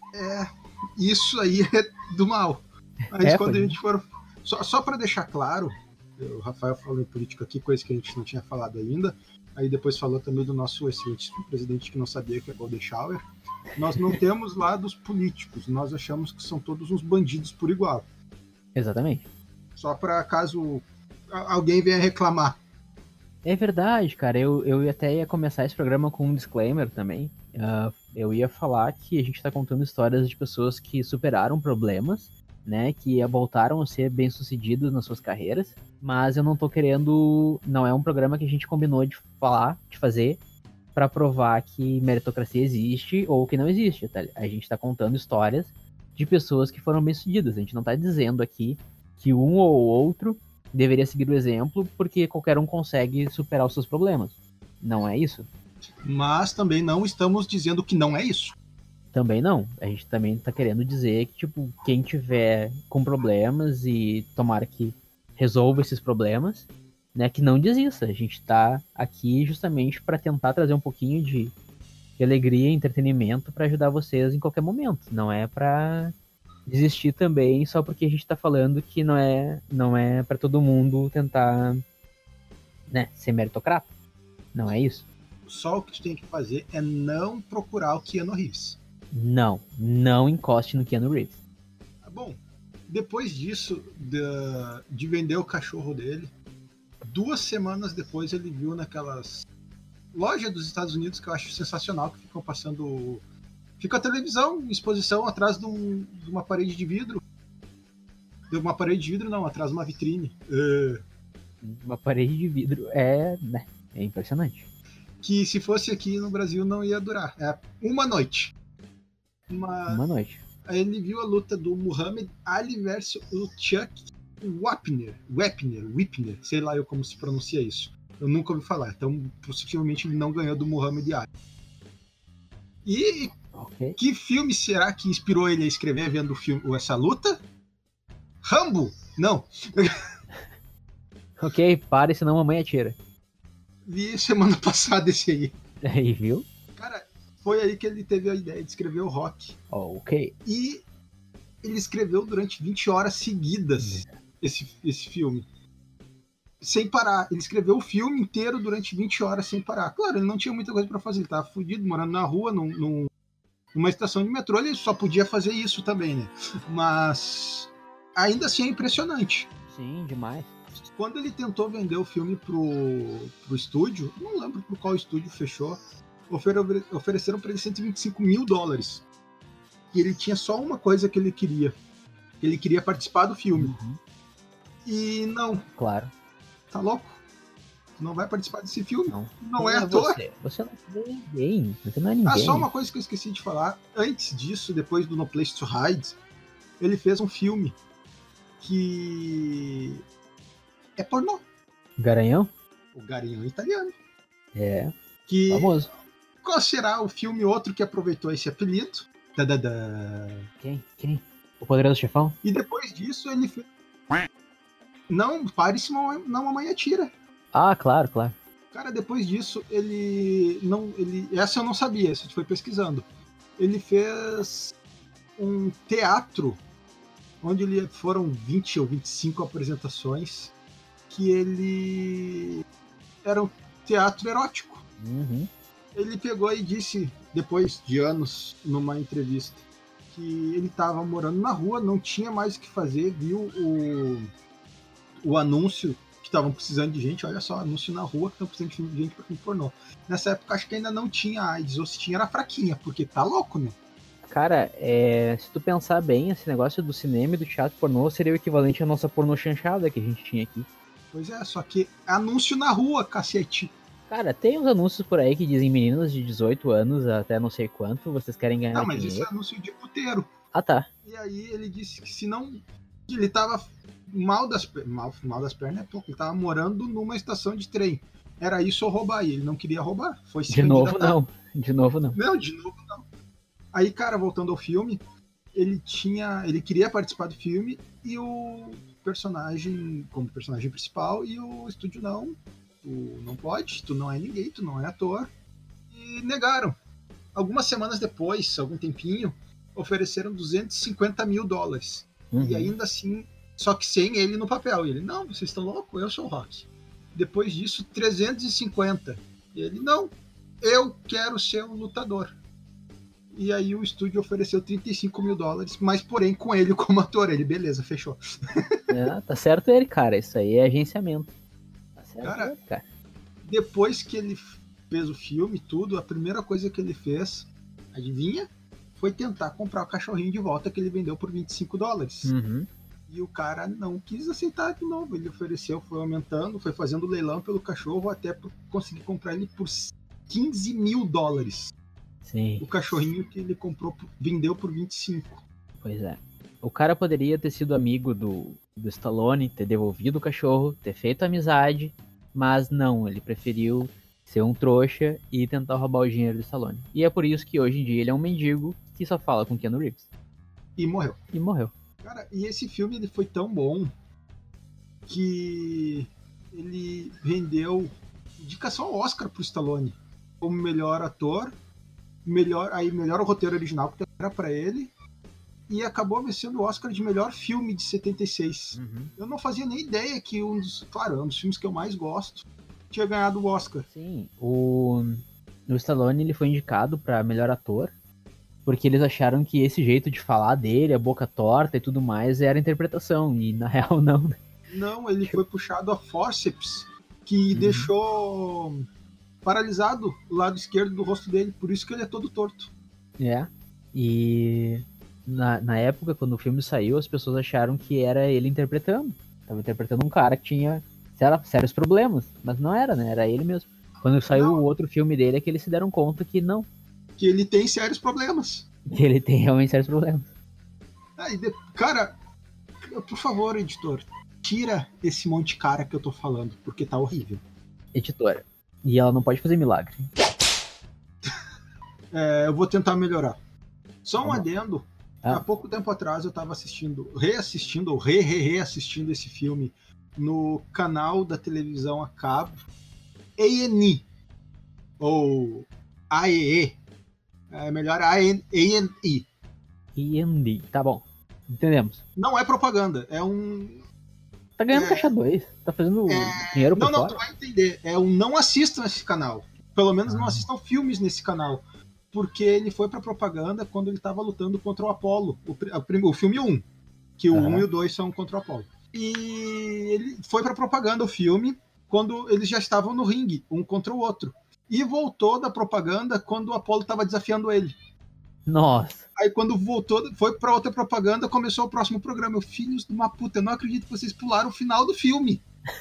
Isso aí é do mal. Mas quando a gente for... Só pra deixar claro, o Rafael falou em política aqui, coisa que a gente não tinha falado ainda, aí depois falou também do nosso excelente presidente que não sabia que é Golden Shower. Nós não temos lá dos políticos, nós achamos que são todos uns bandidos por igual. Exatamente. Só pra caso alguém venha reclamar. É verdade, cara. Eu até ia começar esse programa com um disclaimer também. Eu ia falar que a gente tá contando histórias de pessoas que superaram problemas, né? Que voltaram a ser bem-sucedidos nas suas carreiras. Mas eu não tô querendo... Não é um programa que a gente combinou de fazer, pra provar que meritocracia existe ou que não existe, tá? A gente tá contando histórias de pessoas que foram bem-sucedidas. A gente não tá dizendo aqui que um ou outro deveria seguir o exemplo porque qualquer um consegue superar os seus problemas. Não é isso? Mas também não estamos dizendo que não é isso. Também não. A gente também tá querendo dizer que, tipo, quem tiver com problemas e tomara que resolva esses problemas, né, que não desista. A gente tá aqui justamente para tentar trazer um pouquinho de alegria e entretenimento para ajudar vocês em qualquer momento. Não é para desistir também só porque a gente tá falando que não é para todo mundo tentar, né, ser meritocrata. Não é isso. Só o que tu tem que fazer é não procurar o Keanu Reeves. Não encoste no Keanu Reeves. Bom, depois disso, de vender o cachorro dele, 2 semanas depois ele viu naquelas lojas dos Estados Unidos que eu acho sensacional, que ficam passando... Fica a televisão em exposição atrás de uma parede de vidro. De uma parede de vidro não, atrás de uma vitrine. Uma parede de vidro né, é impressionante. Que se fosse aqui no Brasil não ia durar. É uma noite. Uma noite. Aí ele viu a luta do Muhammad Ali versus o Chuck Wapner, sei lá eu como se pronuncia isso. Eu nunca ouvi falar, então possivelmente ele não ganhou do Muhammad Ali. E que filme será que inspirou ele a escrever vendo essa luta? Rambo? Não. Ok, pare, senão mamãe atira. Vi semana passada esse aí. Aí, viu? Cara, foi aí que ele teve a ideia de escrever o Rock. Ok. E ele escreveu durante 20 horas seguidas esse filme. Sem parar. Ele escreveu o filme inteiro durante 20 horas sem parar. Claro, ele não tinha muita coisa pra fazer. Ele tava fudido, morando na rua, numa estação de metrô. Ele só podia fazer isso também, né? Mas ainda assim é impressionante. Sim, demais. Quando ele tentou vender o filme pro estúdio, não lembro por qual estúdio fechou, ofereceram para ele $125 mil. E ele tinha só uma coisa que ele queria. Ele queria participar do filme. Uhum. E não. Claro. Tá louco? Não vai participar desse filme? Não é ator. ator. Você não é ninguém. Você não é ninguém. Só uma coisa que eu esqueci de falar. Antes disso, depois do No Place to Hide, ele fez um filme que é pornô. Garanhão? O Garanhão italiano. É. Que... famoso. Qual será o filme outro que aproveitou esse apelido? Quem? O Poderoso Chefão? E depois disso ele fez... Não, pare-se, não, mamãe atira. Ah, claro. Cara, depois disso, essa eu não sabia, essa foi pesquisando. Ele fez um teatro, onde foram 20 ou 25 apresentações, que ele era um teatro erótico. Uhum. Ele pegou e disse, depois de anos, numa entrevista, que ele estava morando na rua, não tinha mais o que fazer, viu o anúncio que estavam precisando de gente, olha só, anúncio na rua que estão precisando de gente para filme pornô. Nessa época acho que ainda não tinha AIDS, ou se tinha era fraquinha, porque tá louco, né? Cara, se tu pensar bem, esse negócio do cinema e do teatro pornô seria o equivalente à nossa pornô chanchada que a gente tinha aqui. Pois é, só que anúncio na rua, cacete. Cara, tem uns anúncios por aí que dizem meninas de 18 anos até não sei quanto, vocês querem ganhar dinheiro. Não, mas isso é anúncio de puteiro. Ah, tá. E aí ele disse que se não... Ele tava mal das pernas é pouco, ele tava morando numa estação de trem. Era isso ou roubar, e ele não queria roubar. Foi De novo não. Não, de novo não. Aí, cara, voltando ao filme, ele queria participar do filme e o personagem como personagem principal, e o estúdio não, tu não pode, tu não é ninguém, tu não é ator, e negaram. Algumas semanas depois, algum tempinho, ofereceram $250 mil. E ainda assim, só que sem ele no papel. E ele, não, vocês estão loucos? Eu sou o Rock. Depois disso, 350. E ele, não, eu quero ser um lutador. E aí o estúdio ofereceu $35 mil, mas porém com ele como ator. Ele, beleza, fechou. Tá certo ele, cara. Isso aí é agenciamento. Tá certo Cara, ele, cara. Depois que ele fez o filme e tudo, a primeira coisa que ele fez, adivinha? Foi tentar comprar o cachorrinho de volta que ele vendeu por $25. E o cara não quis aceitar de novo. Ele ofereceu, foi aumentando, foi fazendo leilão pelo cachorro até conseguir comprar ele por $15 mil. Sim. O cachorrinho que ele comprou, vendeu por 25. Pois é. O cara poderia ter sido amigo do Stallone, ter devolvido o cachorro, ter feito amizade, mas não, ele preferiu ser um trouxa e tentar roubar o dinheiro do Stallone. E é por isso que hoje em dia ele é um mendigo que só fala com Keanu Reeves. E morreu. Cara, e esse filme ele foi tão bom que ele rendeu indicação ao Oscar pro Stallone como melhor ator, melhor roteiro original, que era pra ele, e acabou vencendo o Oscar de melhor filme de 76. Eu não fazia nem ideia que um dos filmes que eu mais gosto tinha ganhado o Oscar. Sim, o Stallone ele foi indicado pra melhor ator, porque eles acharam que esse jeito de falar dele, a boca torta e tudo mais, era interpretação, e na real não. Não, ele foi puxado a fórceps, que deixou paralisado o lado esquerdo do rosto dele, por isso que ele é todo torto. E na época, quando o filme saiu, as pessoas acharam que era ele interpretando. Tava interpretando um cara que tinha sérios problemas, mas não era, né? Era ele mesmo. Quando saiu o outro filme dele, é que eles se deram conta que não. Que ele tem sérios problemas. Que ele tem realmente sérios problemas. Cara, por favor, editor, tira esse monte de cara que eu tô falando, porque tá horrível. Editora. E ela não pode fazer milagre. Eu vou tentar melhorar. Só um adendo. Há pouco tempo atrás eu tava reassistindo esse filme no canal da televisão a cabo A&E, ou AEE. É melhor A&E. A&E, tá bom. Entendemos. Não é propaganda, é um... Tá ganhando caixa 2, tá fazendo dinheiro por fora. Não, tu vai entender. Não assistam esse canal. Pelo menos não assistam filmes nesse canal. Porque ele foi pra propaganda quando ele tava lutando contra o Apollo. O filme 1. Que o 1 e o 2 são contra o Apollo. E ele foi pra propaganda, o filme, quando eles já estavam no ringue, um contra o outro. E voltou da propaganda quando o Apollo tava desafiando ele. Nossa. Aí quando voltou, foi pra outra propaganda, começou o próximo programa. Filhos de uma puta, eu não acredito que vocês pularam o final do filme.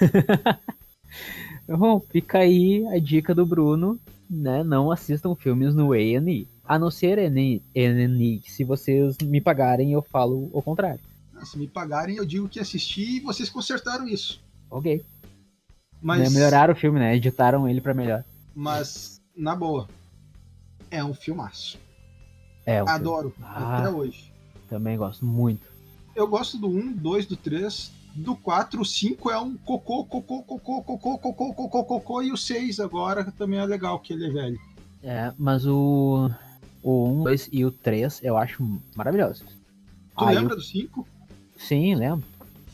Bom, fica aí a dica do Bruno, né? Não assistam filmes no A&E. A não ser A&E. Se vocês me pagarem, eu falo o contrário. Se me pagarem, eu digo que assisti e vocês consertaram isso. Ok. Mas melhoraram o filme, né? Editaram ele pra melhor. Mas, na boa, é um filmaço. Adoro, até hoje. Também gosto muito. Eu gosto do 1, 2, do 3, do 4, o 5 é um cocô, e o 6 agora também é legal, que ele é velho. Mas o 1, 2 e o 3 eu acho maravilhosos. Tu lembra do 5? Sim, lembro.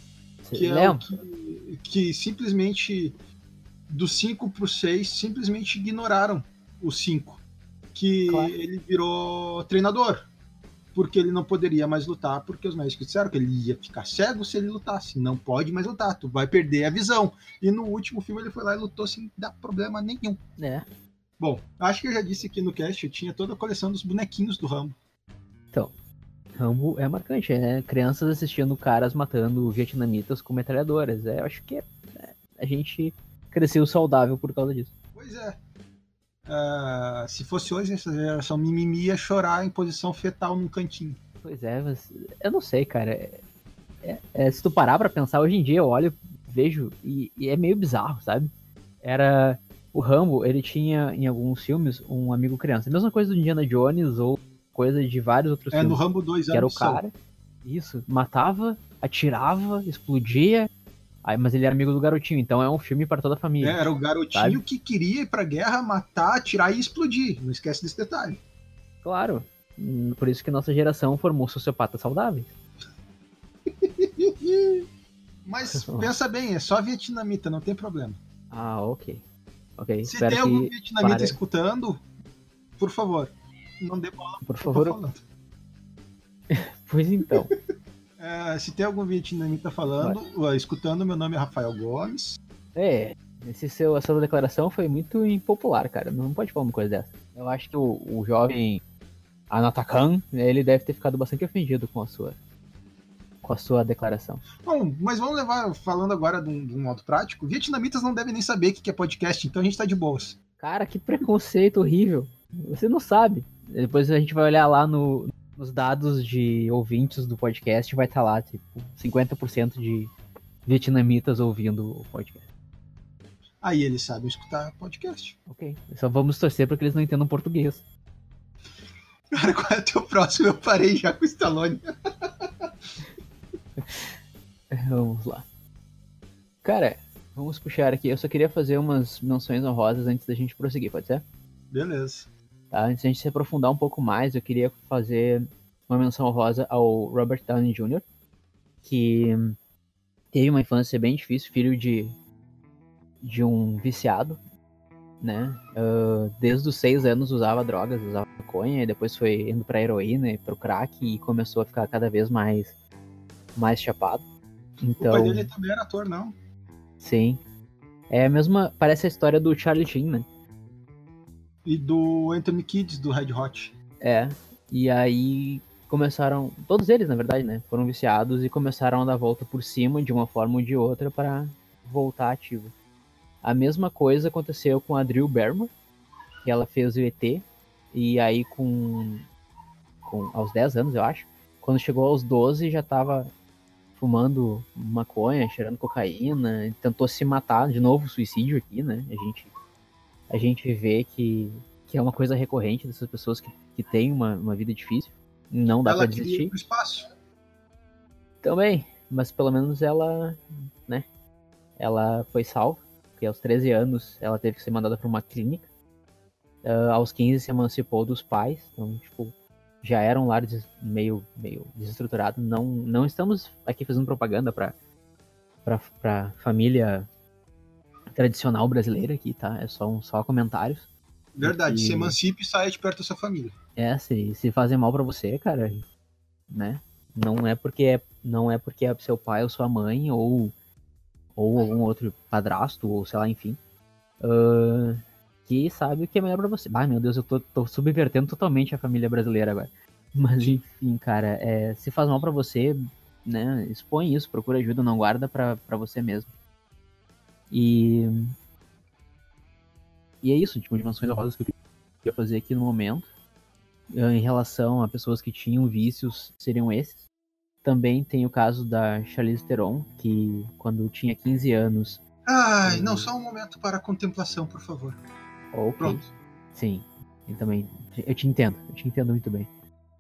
Que simplesmente, do 5 pro 6, simplesmente ignoraram o 5. Que ele virou treinador, porque ele não poderia mais lutar, porque os médicos disseram que ele ia ficar cego se ele lutasse, não pode mais lutar, tu vai perder a visão. E no último filme ele foi lá e lutou sem dar problema nenhum. Bom, acho que eu já disse aqui no cast, eu tinha toda a coleção dos bonequinhos do Rambo. Então, Rambo é marcante, né? Crianças assistindo caras matando vietnamitas com metralhadoras. Eu acho que a gente cresceu saudável por causa disso. Pois é. Se fosse hoje, essa geração mimimi ia chorar em posição fetal num cantinho. Pois é, mas eu não sei, cara. Se tu parar pra pensar, hoje em dia eu olho, vejo, e é meio bizarro, sabe? O Rambo, ele tinha em alguns filmes um amigo criança. A mesma coisa do Indiana Jones ou coisa de vários outros filmes. No Rambo 2 que era o cara, isso, matava atirava, explodia, mas ele era amigo do garotinho, então é um filme para toda a família. Era o garotinho, sabe? Que queria ir pra guerra, matar, atirar e explodir. Não esquece desse detalhe. Claro. Por isso que nossa geração formou sociopatas saudáveis. Mas pensa bem, é só vietnamita, não tem problema. Ah, ok. Se tem algum vietnamita escutando, por favor, não dê bola. Por favor. Pois então. Se tem algum vietnamita escutando, meu nome é Rafael Gomes. A sua declaração foi muito impopular, cara. Não pode falar uma coisa dessa. Eu acho que o jovem Anatakan, ele deve ter ficado bastante ofendido com a sua declaração. Bom, mas vamos levar, falando agora de um modo prático, vietnamitas não devem nem saber o que é podcast, então a gente tá de boas. Cara, que preconceito horrível. Você não sabe. Depois a gente vai olhar lá nos dados de ouvintes do podcast, vai estar lá, tipo, 50% de vietnamitas ouvindo o podcast. Aí eles sabem escutar podcast. Ok. Só vamos torcer para que eles não entendam português. Cara, qual é o teu próximo? Eu parei já com o Stallone. Vamos lá. Cara, vamos puxar aqui. Eu só queria fazer umas menções honrosas antes da gente prosseguir, pode ser? Beleza. Tá, antes da gente se aprofundar um pouco mais, eu queria fazer uma menção honrosa ao Robert Downey Jr., que teve uma infância bem difícil, filho de um viciado, né? Desde os 6 anos usava drogas, usava maconha, e depois foi indo pra heroína e pro crack e começou a ficar cada vez mais chapado. Então, o pai dele também era ator, não? Sim. É a mesma, parece a história do Charlie Sheen, né? E do Anthony Kiedis, do Red Hot. E aí começaram, todos eles na verdade, né? Foram viciados e começaram a dar volta por cima de uma forma ou de outra para voltar ativo. A mesma coisa aconteceu com a Drew Barrymore, que ela fez o ET, e aí aos 10 anos, eu acho, quando chegou aos 12 já tava fumando maconha, cheirando cocaína, tentou se matar, de novo suicídio aqui, né? A gente vê que é uma coisa recorrente dessas pessoas que têm uma vida difícil, não dá pra desistir. Ela queria ir pro espaço. Também, mas pelo menos ela, né? Ela foi salva, porque aos 13 anos ela teve que ser mandada pra uma clínica. Aos 15 se emancipou dos pais, então, tipo, já era um lar meio desestruturado. Não estamos aqui fazendo propaganda pra família tradicional brasileira aqui, tá? É só comentários. Verdade, se emancipe e saia de perto da sua família. Se fazem mal pra você, cara, né? Não é porque é seu pai ou sua mãe ou algum outro padrasto, ou sei lá, enfim. Que sabe o que é melhor pra você. Ai, meu Deus, eu tô subvertendo totalmente a família brasileira agora. Mas enfim, cara, se faz mal pra você, né? Expõe isso, procura ajuda, não guarda pra você mesmo. E é isso, tipo, de menções honrosas que eu queria fazer aqui no momento. Em relação a pessoas que tinham vícios, seriam esses. Também tem o caso da Charlize Theron, que quando tinha 15 anos... Ai, não, só um momento para a contemplação, por favor. Ok. Pronto. Sim, eu te entendo muito bem.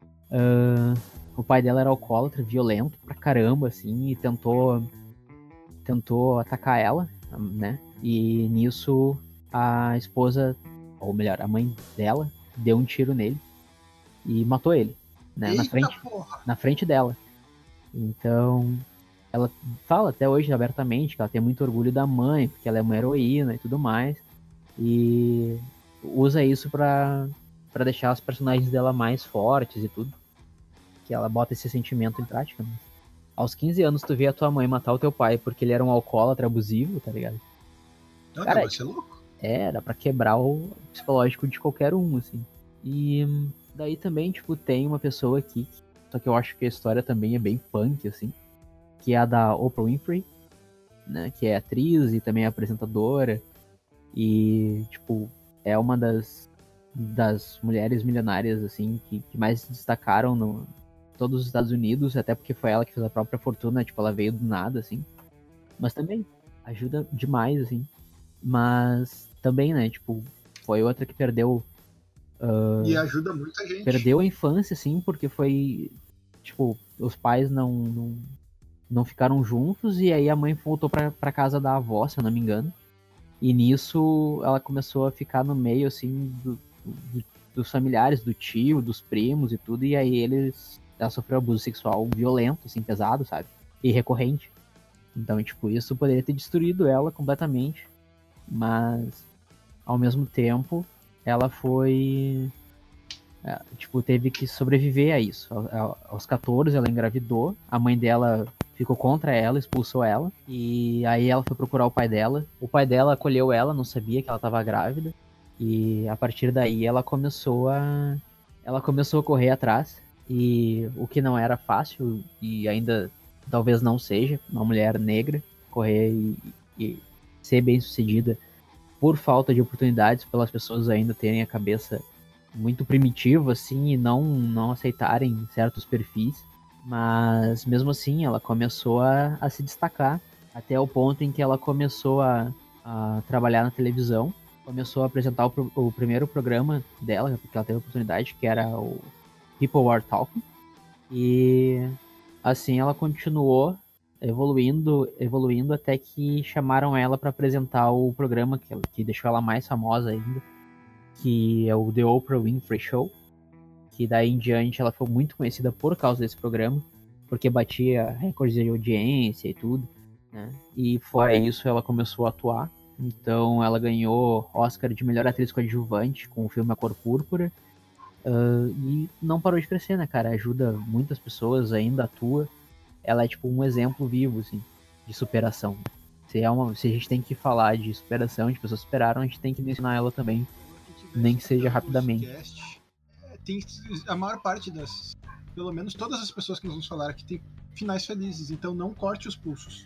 O pai dela era alcoólatra, violento pra caramba, assim, e tentou atacar ela, né? E nisso a esposa, ou melhor, a mãe dela, deu um tiro nele e matou ele, né? Na frente dela. Então, ela fala até hoje abertamente que ela tem muito orgulho da mãe, porque ela é uma heroína e tudo mais, e usa isso pra deixar os personagens dela mais fortes e tudo, que ela bota esse sentimento em prática, né? Aos 15 anos tu vê a tua mãe matar o teu pai porque ele era um alcoólatra abusivo, tá ligado? Não, cara, você é louco? Dá pra quebrar o psicológico de qualquer um, assim. E daí também, tipo, tem uma pessoa aqui, só que eu acho que a história também é bem punk, assim, que é a da Oprah Winfrey, né, que é atriz e também é apresentadora, e, tipo, é uma das mulheres milionárias, assim, que mais se destacaram no todos os Estados Unidos, até porque foi ela que fez a própria fortuna, tipo, ela veio do nada, assim, mas também ajuda demais, assim, mas também, né, tipo, foi outra que perdeu... e ajuda muita gente. Perdeu a infância, assim, porque foi, tipo, os pais não não ficaram juntos, e aí a mãe voltou pra casa da avó, se eu não me engano. E nisso ela começou a ficar no meio, assim, dos familiares, do tio, dos primos e tudo, e aí ela sofreu abuso sexual violento, assim, pesado, sabe? E recorrente. Então, tipo, isso poderia ter destruído ela completamente, mas ao mesmo tempo ela foi, tipo, teve que sobreviver a isso. Aos 14 ela engravidou, a mãe dela ficou contra ela, expulsou ela, e aí ela foi procurar o pai dela. O pai dela acolheu ela, não sabia que ela estava grávida, e a partir daí ela começou a correr atrás, e o que não era fácil, e ainda talvez não seja, uma mulher negra correr e ser bem sucedida por falta de oportunidades, pelas pessoas ainda terem a cabeça muito primitiva, assim, e não aceitarem certos perfis. Mas mesmo assim, ela começou a se destacar até o ponto em que ela começou a trabalhar na televisão, começou a apresentar o primeiro programa dela, porque ela teve a oportunidade, que era o People Are Talking. E assim ela continuou evoluindo até que chamaram ela para apresentar o programa que deixou ela mais famosa ainda, que é o The Oprah Winfrey Show, que daí em diante ela foi muito conhecida por causa desse programa, porque batia recordes de audiência e tudo, né? E fora isso ela começou a atuar, então ela ganhou Oscar de melhor atriz coadjuvante com o filme A Cor Púrpura, e não parou de crescer, né, cara? Ajuda muitas pessoas, ainda atua. Ela é tipo um exemplo vivo, assim, de superação. Se a gente tem que falar de superação, de pessoas que superaram, a gente tem que mencionar ela também, nem que seja rapidamente. Cast, tem a maior parte pelo menos todas as pessoas que nós vamos falar aqui tem finais felizes, então não corte os pulsos.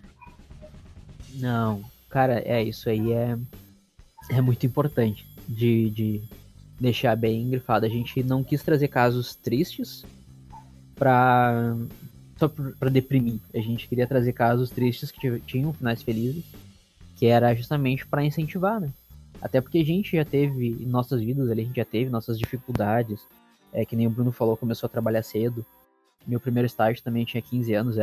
Não, cara, isso aí é muito importante de deixar bem grifado. A gente não quis trazer casos tristes só pra deprimir. A gente queria trazer casos tristes que tinham finais felizes, que era justamente para incentivar, né? Até porque a gente já teve em nossas vidas, a gente já teve nossas dificuldades. Que nem o Bruno falou, começou a trabalhar cedo. Meu primeiro estágio também tinha 15 anos,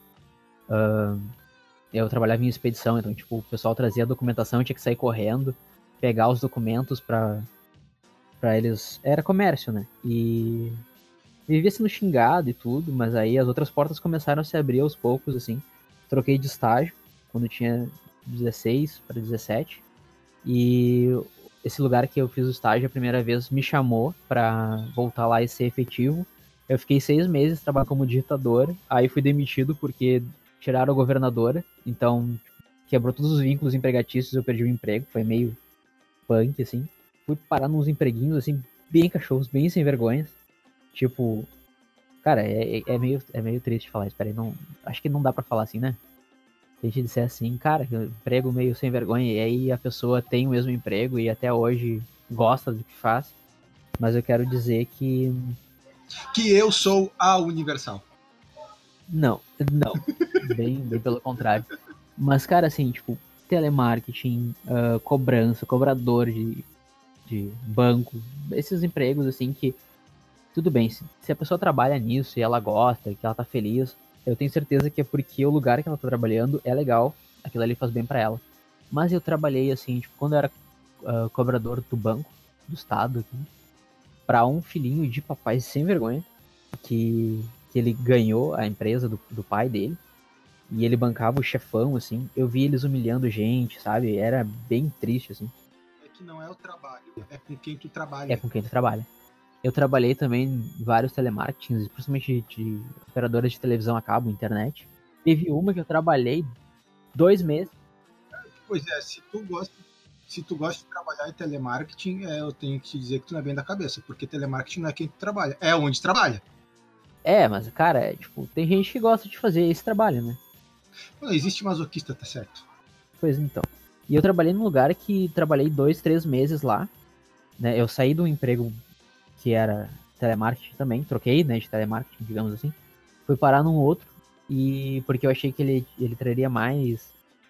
eu trabalhava em expedição, então tipo, o pessoal trazia a documentação, eu tinha que sair correndo, pegar os documentos para eles. Era comércio, né? E vivia sendo xingado e tudo, mas aí as outras portas começaram a se abrir aos poucos, assim. Troquei de estágio quando tinha 16 para 17. E esse lugar que eu fiz o estágio a primeira vez me chamou para voltar lá e ser efetivo. Eu fiquei 6 meses trabalhando como digitador, aí fui demitido porque tiraram a governadora, então quebrou todos os vínculos empregatícios, eu perdi o emprego, foi meio punk, assim. Fui parar nos empreguinhos, assim, bem cachorros, bem sem vergonhas. Tipo, cara, é meio triste falar isso, peraí, não, acho que não dá pra falar assim, né? Se a gente disser assim, cara, emprego meio sem vergonha, e aí a pessoa tem o mesmo emprego e até hoje gosta do que faz, mas eu quero dizer que... Que eu sou a Universal. Não, bem pelo contrário. Mas, cara, assim, tipo, telemarketing, cobrança, cobrador de banco, esses empregos, assim, que tudo bem, se a pessoa trabalha nisso e ela gosta, que ela tá feliz, eu tenho certeza que é porque o lugar que ela tá trabalhando é legal, aquilo ali faz bem para ela. Mas eu trabalhei assim, tipo, quando eu era cobrador do banco, do estado, aqui, pra um filhinho de papai sem vergonha, que ele ganhou a empresa do pai dele, e ele bancava o chefão, assim, eu vi eles humilhando gente, sabe? Era bem triste, assim. É que não é o trabalho, é com quem tu trabalha. É com quem tu trabalha. Eu trabalhei também em vários telemarketings, principalmente de operadoras de televisão a cabo, internet. Teve uma que eu trabalhei 2 meses. Pois é, se tu gosta de trabalhar em telemarketing, eu tenho que te dizer que tu não é bem da cabeça, porque telemarketing não é quem tu trabalha, é onde trabalha. Mas, cara, tipo, tem gente que gosta de fazer esse trabalho, né? Não existe masoquista, tá certo? Pois então. E eu trabalhei num lugar que trabalhei 2, 3 meses lá, né? Eu saí de um emprego que era telemarketing também, troquei, né, de telemarketing, digamos assim. Fui parar num outro, e porque eu achei que ele traria mais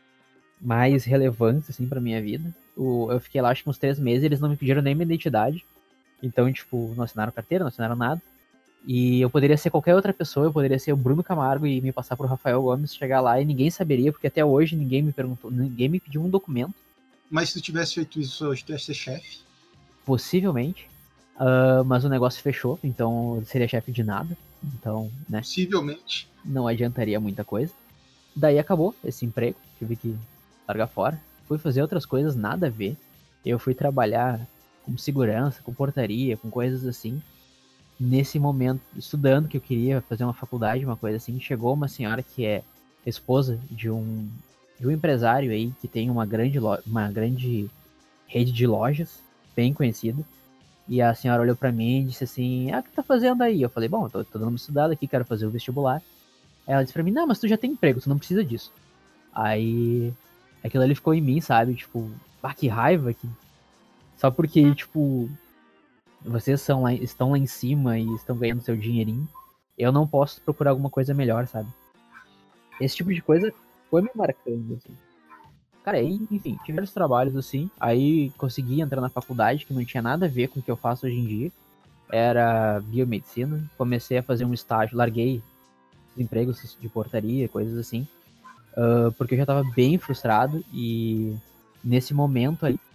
relevância, assim, pra minha vida. Eu fiquei lá, acho que uns 3 meses, eles não me pediram nem minha identidade. Então, tipo, não assinaram carteira, não assinaram nada. E eu poderia ser qualquer outra pessoa, eu poderia ser o Bruno Camargo e me passar pro Rafael Gomes, chegar lá e ninguém saberia, porque até hoje ninguém me perguntou, ninguém me pediu um documento. Mas se tu tivesse feito isso hoje, tu ia ser chefe? Possivelmente. Mas o negócio fechou, então eu seria chefe de nada. Então, né? Possivelmente. Não adiantaria muita coisa. Daí acabou esse emprego, tive que largar fora. Fui fazer outras coisas, nada a ver. Eu fui trabalhar com segurança, com portaria, com coisas assim. Nesse momento, estudando, que eu queria fazer uma faculdade, uma coisa assim, chegou uma senhora que é esposa de um empresário aí que tem uma grande rede de lojas, bem conhecida. E a senhora olhou pra mim e disse assim, o que tá fazendo aí? Eu falei, bom, tô dando uma estudada aqui, quero fazer o vestibular. Aí ela disse pra mim, não, mas tu já tem emprego, tu não precisa disso. Aí, aquilo ali ficou em mim, sabe? Tipo, que raiva. Só porque, tipo, vocês estão lá em cima e estão ganhando seu dinheirinho, eu não posso procurar alguma coisa melhor, sabe? Esse tipo de coisa foi me marcando, assim. Cara, aí, enfim, tive vários trabalhos, assim. Aí consegui entrar na faculdade, que não tinha nada a ver com o que eu faço hoje em dia. Era biomedicina. Comecei a fazer um estágio, larguei os empregos de portaria, coisas assim. Porque eu já tava bem frustrado e nesse momento aí,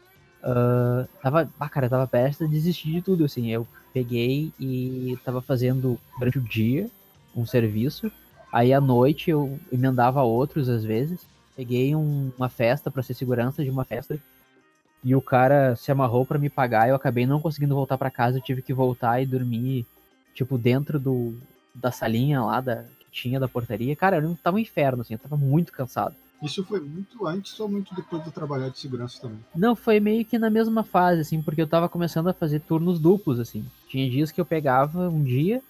tava prestes a desistir de tudo, assim. Eu peguei e tava fazendo durante o dia um serviço. Aí à noite eu emendava outros às vezes. Peguei uma festa pra ser segurança de uma festa. E o cara se amarrou pra me pagar. Eu acabei não conseguindo voltar pra casa. Eu tive que voltar e dormir, tipo, dentro da salinha lá que tinha da portaria. Cara, eu não tava um inferno, assim. Eu tava muito cansado. Isso foi muito antes ou muito depois do trabalhar de segurança também? Não, foi meio que na mesma fase, assim, porque eu tava começando a fazer turnos duplos, assim. Tinha dias que eu pegava um dia,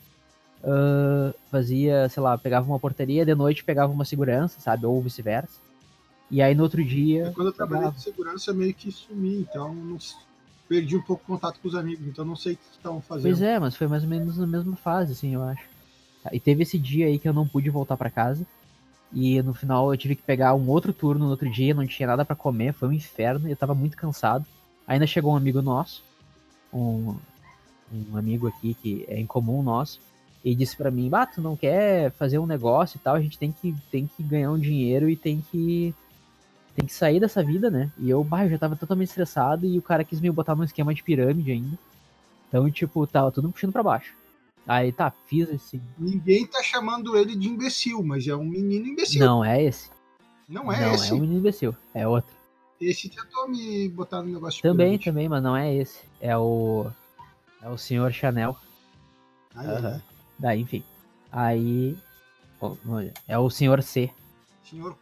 fazia, sei lá, pegava uma portaria, de noite pegava uma segurança, sabe? Ou vice-versa. E aí no outro dia. Quando eu trabalhei de segurança, eu meio que sumi, então não perdi um pouco o contato com os amigos, então não sei o que estavam fazendo. Pois é, mas foi mais ou menos na mesma fase, assim, eu acho. E teve esse dia aí que eu não pude voltar pra casa. E no final eu tive que pegar um outro turno no outro dia, não tinha nada pra comer, foi um inferno, eu tava muito cansado. Ainda chegou um amigo nosso, um amigo aqui que é em comum nosso, e disse pra mim, tu não quer fazer um negócio e tal, a gente tem que ganhar um dinheiro e tem que sair dessa vida, né? E eu já tava totalmente estressado e o cara quis me botar num esquema de pirâmide ainda. Então, tipo, tava tudo puxando pra baixo. Aí fiz esse. Ninguém tá chamando ele de imbecil, mas é um menino imbecil. Não, é esse. Não é não, esse. Não, é um menino imbecil, é outro. Esse tentou me botar no negócio de Também, pirâmide. também, mas não é esse. É o senhor Chanel. Daí, enfim. Aí. É o senhor C. Senhor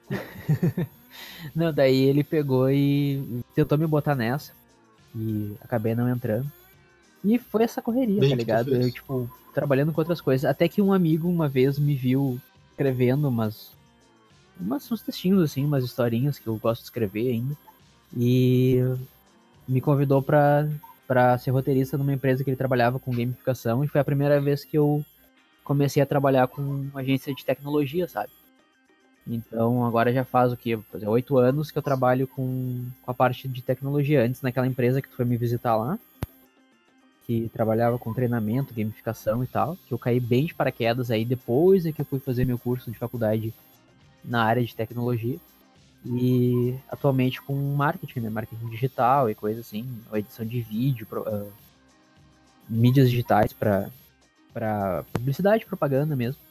Não, daí ele pegou e tentou me botar nessa. E acabei não entrando. E foi essa correria, Bem tá ligado? Eu, tipo, trabalhando com outras coisas. Até que um amigo uma vez me viu escrevendo uns textinhos, assim, umas historinhas que eu gosto de escrever ainda. E me convidou pra ser roteirista numa empresa que ele trabalhava com gamificação. E foi a primeira vez que eu comecei a trabalhar com uma agência de tecnologia, sabe? Então agora já faz o quê? Fazer 8 anos que eu trabalho com a parte de tecnologia. Antes naquela empresa que tu foi me visitar lá, que trabalhava com treinamento, gamificação e tal, que eu caí bem de paraquedas aí depois é que eu fui fazer meu curso de faculdade na área de tecnologia. E atualmente com marketing, né? Marketing digital e coisa assim, edição de vídeo, mídias digitais para publicidade, propaganda mesmo.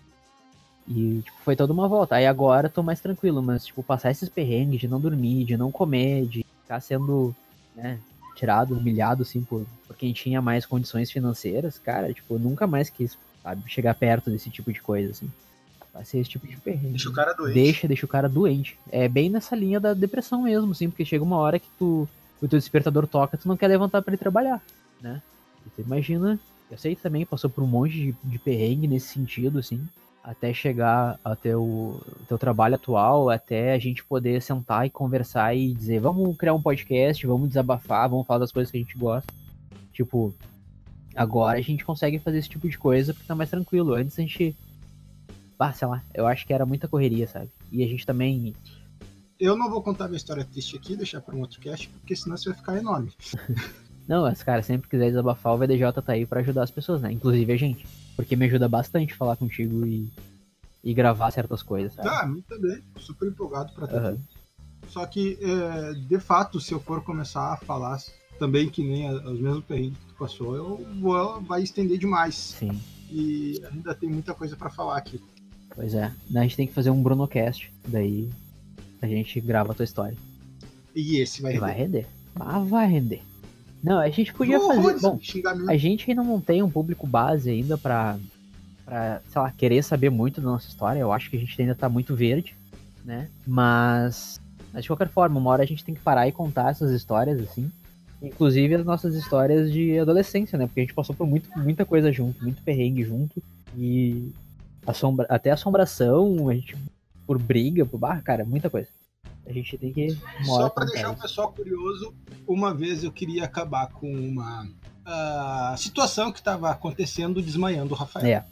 E, tipo, foi toda uma volta. Aí agora tô mais tranquilo, mas, tipo, passar esses perrengues de não dormir, de não comer, de ficar sendo, né, tirado, humilhado, assim, por quem tinha mais condições financeiras, cara, tipo, eu nunca mais quis, sabe, chegar perto desse tipo de coisa, assim. Vai ser esse tipo de perrengue. Deixa o cara doente. Deixa o cara doente. É bem nessa linha da depressão mesmo, assim, porque chega uma hora que o teu despertador toca, tu não quer levantar para ir trabalhar, né? E tu imagina, eu sei que também passou por um monte de perrengue nesse sentido, assim, até chegar até o teu trabalho atual, até a gente poder sentar e conversar e dizer, vamos criar um podcast, vamos desabafar, vamos falar das coisas que a gente gosta. Tipo, agora a gente consegue fazer esse tipo de coisa porque tá mais tranquilo. Antes a gente, sei lá, eu acho que era muita correria, sabe? E a gente também... Eu não vou contar minha história triste aqui, deixar para um outro cast, porque senão você vai ficar enorme. Não, mas, cara, sempre quiser desabafar, o VDJ tá aí pra ajudar as pessoas, né? Inclusive a gente. Porque me ajuda bastante falar contigo e gravar certas coisas, sabe? Ah, a mim também. Super empolgado pra ter. Só que, de fato, se eu for começar a falar também que nem os mesmos perrengues que tu passou, vai estender demais. Sim. E ainda tem muita coisa pra falar aqui. Pois é. A gente tem que fazer um Brunocast. Daí a gente grava a tua história. E esse vai render. Vai render. Ah, vai render. Não, a gente podia fazer... Bom, a gente ainda não tem um público base ainda pra, sei lá, querer saber muito da nossa história. Eu acho que a gente ainda tá muito verde, né? Mas de qualquer forma, uma hora a gente tem que parar e contar essas histórias, assim. Inclusive as nossas histórias de adolescência, né? Porque a gente passou por muita coisa junto, muito perrengue junto. E até assombração, a gente por briga, por barra, cara, muita coisa. A gente tem que... Só pra deixar o pessoal curioso, uma vez eu queria acabar com uma situação que tava acontecendo desmaiando o Rafael.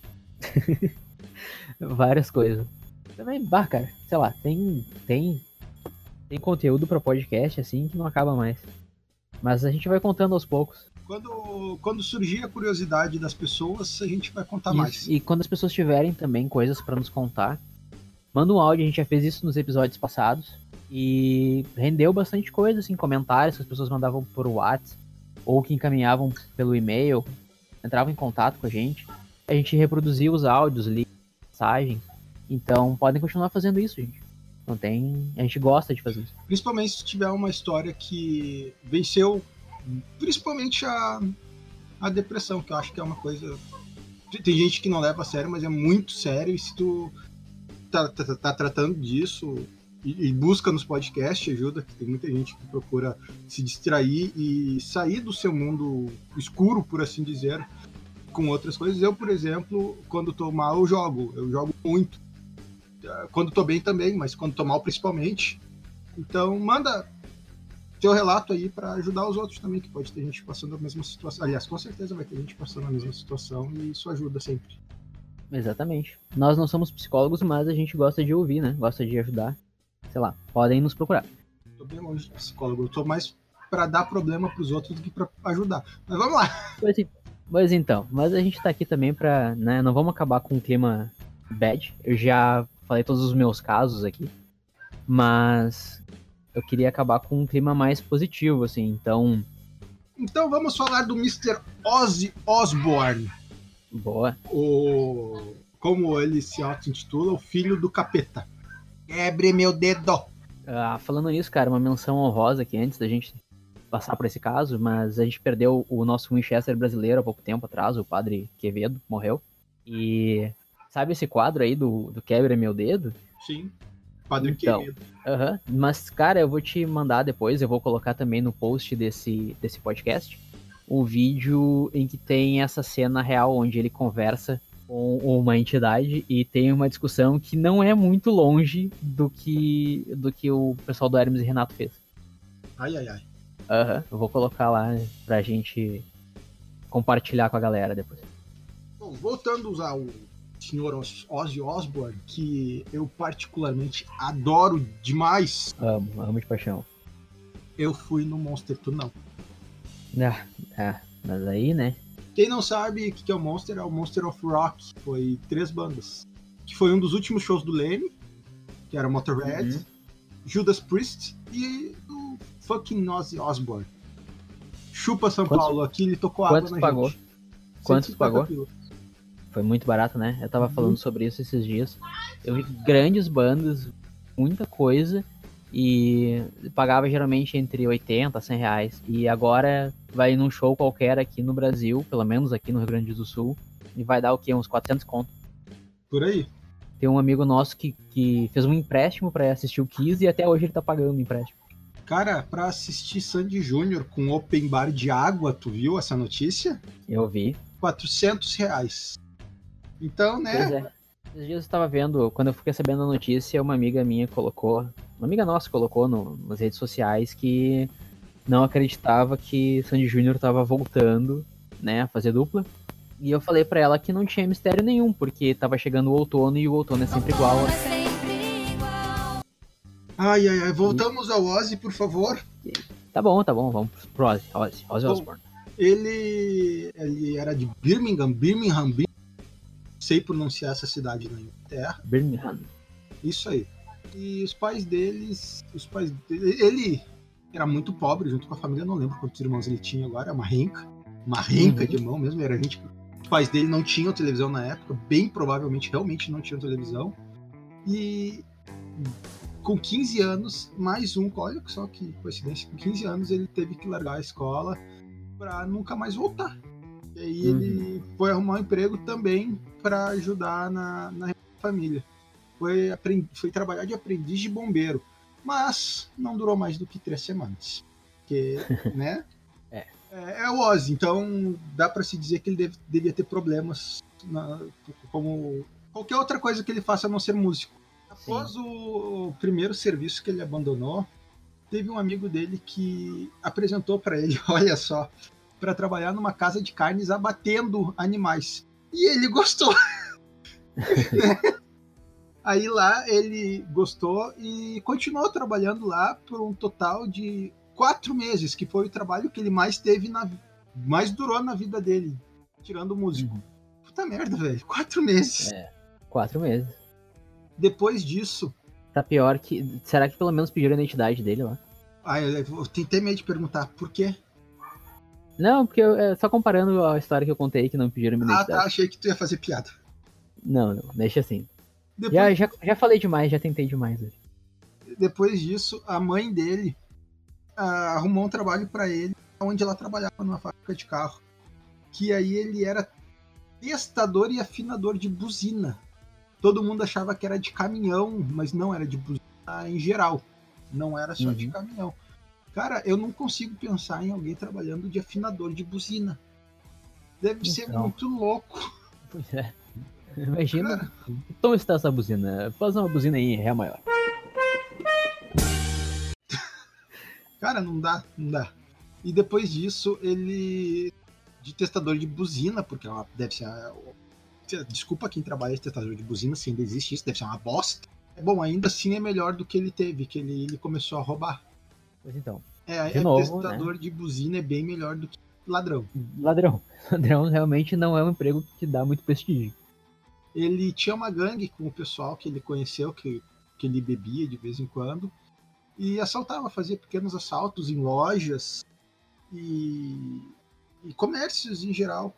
Várias coisas. Também, cara, sei lá, tem conteúdo pra podcast assim que não acaba mais. Mas a gente vai contando aos poucos. Quando surgir a curiosidade das pessoas, a gente vai contar mais. E quando as pessoas tiverem também coisas pra nos contar, manda um áudio. A gente já fez isso nos episódios passados. E rendeu bastante coisa, assim, comentários que as pessoas mandavam por WhatsApp ou que encaminhavam pelo e-mail, entravam em contato com a gente. A gente reproduzia os áudios, lia mensagens. Então podem continuar fazendo isso, gente. Não tem... A gente gosta de fazer isso. Principalmente se tiver uma história que venceu, principalmente a depressão, que eu acho que é uma coisa... Tem gente que não leva a sério, mas é muito sério. E se tu tá tratando disso... E busca nos podcasts, ajuda, que tem muita gente que procura se distrair e sair do seu mundo escuro, por assim dizer, com outras coisas. Eu, por exemplo, quando tô mal, eu jogo muito. Quando tô bem também, mas quando tô mal principalmente. Então manda teu relato aí para ajudar os outros também, que pode ter gente passando a mesma situação. Aliás, com certeza vai ter gente passando a mesma situação e isso ajuda sempre. Exatamente. Nós não somos psicólogos, mas a gente gosta de ouvir, né? Gosta de ajudar. Sei lá, podem nos procurar. Tô bem longe de psicólogo, eu tô mais pra dar problema pros outros do que pra ajudar. Mas vamos lá. Pois então, mas a gente tá aqui também pra, né, não vamos acabar com um clima bad. Eu já falei todos os meus casos aqui, mas eu queria acabar com um clima mais positivo, assim, então... Então vamos falar do Mr. Ozzy Osbourne. Boa. Como ele se auto-intitula, o filho do capeta. Quebre meu dedo. Falando nisso, cara, uma menção honrosa aqui antes da gente passar por esse caso, mas a gente perdeu o nosso Winchester brasileiro há pouco tempo atrás, o Padre Quevedo morreu. E sabe esse quadro aí do Quebre meu dedo? Sim, Padre Quevedo. Mas, cara, eu vou te mandar depois, eu vou colocar também no post desse podcast, um vídeo em que tem essa cena real onde ele conversa com uma entidade e tem uma discussão que não é muito longe do que o pessoal do Hermes e Renato fez. Ai. Eu vou colocar lá pra gente compartilhar com a galera depois. Bom, voltando ao senhor Ozzy Osbourne, que eu particularmente adoro demais. Amo de paixão. Eu fui no Monster Tour, não. Mas aí, né? Quem não sabe o que é o Monster of Rock. Foi 3 bandas. Que foi um dos últimos shows do Lemmy, que era Motorhead, Judas Priest e o fucking Ozzy Osbourne. Chupa São Paulo, aqui ele tocou água na gente. Quantos pagou? Foi muito barato, né? Eu tava falando sobre isso esses dias. Eu vi grandes bandas, muita coisa, e pagava geralmente entre 80 a 100 reais. E agora vai num show qualquer aqui no Brasil, pelo menos aqui no Rio Grande do Sul, e vai dar o quê? Uns 400 conto. Por aí. Tem um amigo nosso que fez um empréstimo pra assistir o Kiss e até hoje ele tá pagando o empréstimo. Cara, pra assistir Sandy Júnior com open bar de água, tu viu essa notícia? Eu vi. 400 reais. Então, né? Pois é. Esses dias eu tava vendo, quando eu fiquei sabendo a notícia, uma amiga nossa colocou nas redes sociais que não acreditava que Sandy Júnior tava voltando, né, a fazer dupla. E eu falei pra ela que não tinha mistério nenhum, porque tava chegando o outono e o outono é sempre igual. Ai. Voltamos ao Ozzy, por favor. Tá bom, vamos pro Ozzy Osbourne. Ele era de Birmingham, sei pronunciar essa cidade na Inglaterra. Birmingham. Isso aí. E os pais dele, ele era muito pobre junto com a família, não lembro quantos irmãos ele tinha agora, uma renca de irmão mesmo, era gente. Os pais dele não tinham televisão na época, bem provavelmente realmente não tinham televisão. E com 15 anos, olha só que coincidência, com 15 anos ele teve que largar a escola para nunca mais voltar. E aí ele foi arrumar um emprego também para ajudar na família. Foi trabalhar de aprendiz de bombeiro, mas não durou mais do que 3 semanas. Porque, né? É o Ozzy, então dá para se dizer que ele devia ter problemas como qualquer outra coisa que ele faça a não ser músico. Após o primeiro serviço que ele abandonou, teve um amigo dele que apresentou para ele, olha só, para trabalhar numa casa de carnes abatendo animais. E ele gostou. Aí lá ele gostou e continuou trabalhando lá por um total de 4 meses, que foi o trabalho que ele mais durou na vida dele, tirando o músico. Puta merda, velho. 4 meses. 4 meses. Depois disso... Tá pior que... Será que pelo menos pediram a identidade dele lá? Eu tentei meio de perguntar por quê. Não, porque só comparando a história que eu contei que não pediram minha identidade. Tá, achei que tu ia fazer piada. Não, deixa assim. Depois... Já falei demais, já tentei demais. Depois disso, a mãe dele arrumou um trabalho para ele, onde ela trabalhava numa fábrica de carro. Que aí ele era testador e afinador de buzina. Todo mundo achava que era de caminhão, mas não, era de buzina em geral. Não era só de caminhão. Cara, eu não consigo pensar em alguém trabalhando de afinador de buzina. Deve ser muito louco. Pois é. Imagina. Então está essa buzina. Faz uma buzina aí em Ré maior. Cara, não dá. E depois disso, ele... de testador de buzina, porque deve ser... Desculpa quem trabalha de testador de buzina, se ainda existe isso, deve ser uma bosta. Bom, ainda assim é melhor do que ele teve, que ele começou a roubar. Pois então. De novo, testador, né? De buzina é bem melhor do que ladrão. Ladrão realmente não é um emprego que dá muito prestígio. Ele tinha uma gangue com o pessoal que ele conheceu, que ele bebia de vez em quando, e assaltava, fazia pequenos assaltos em lojas e comércios em geral.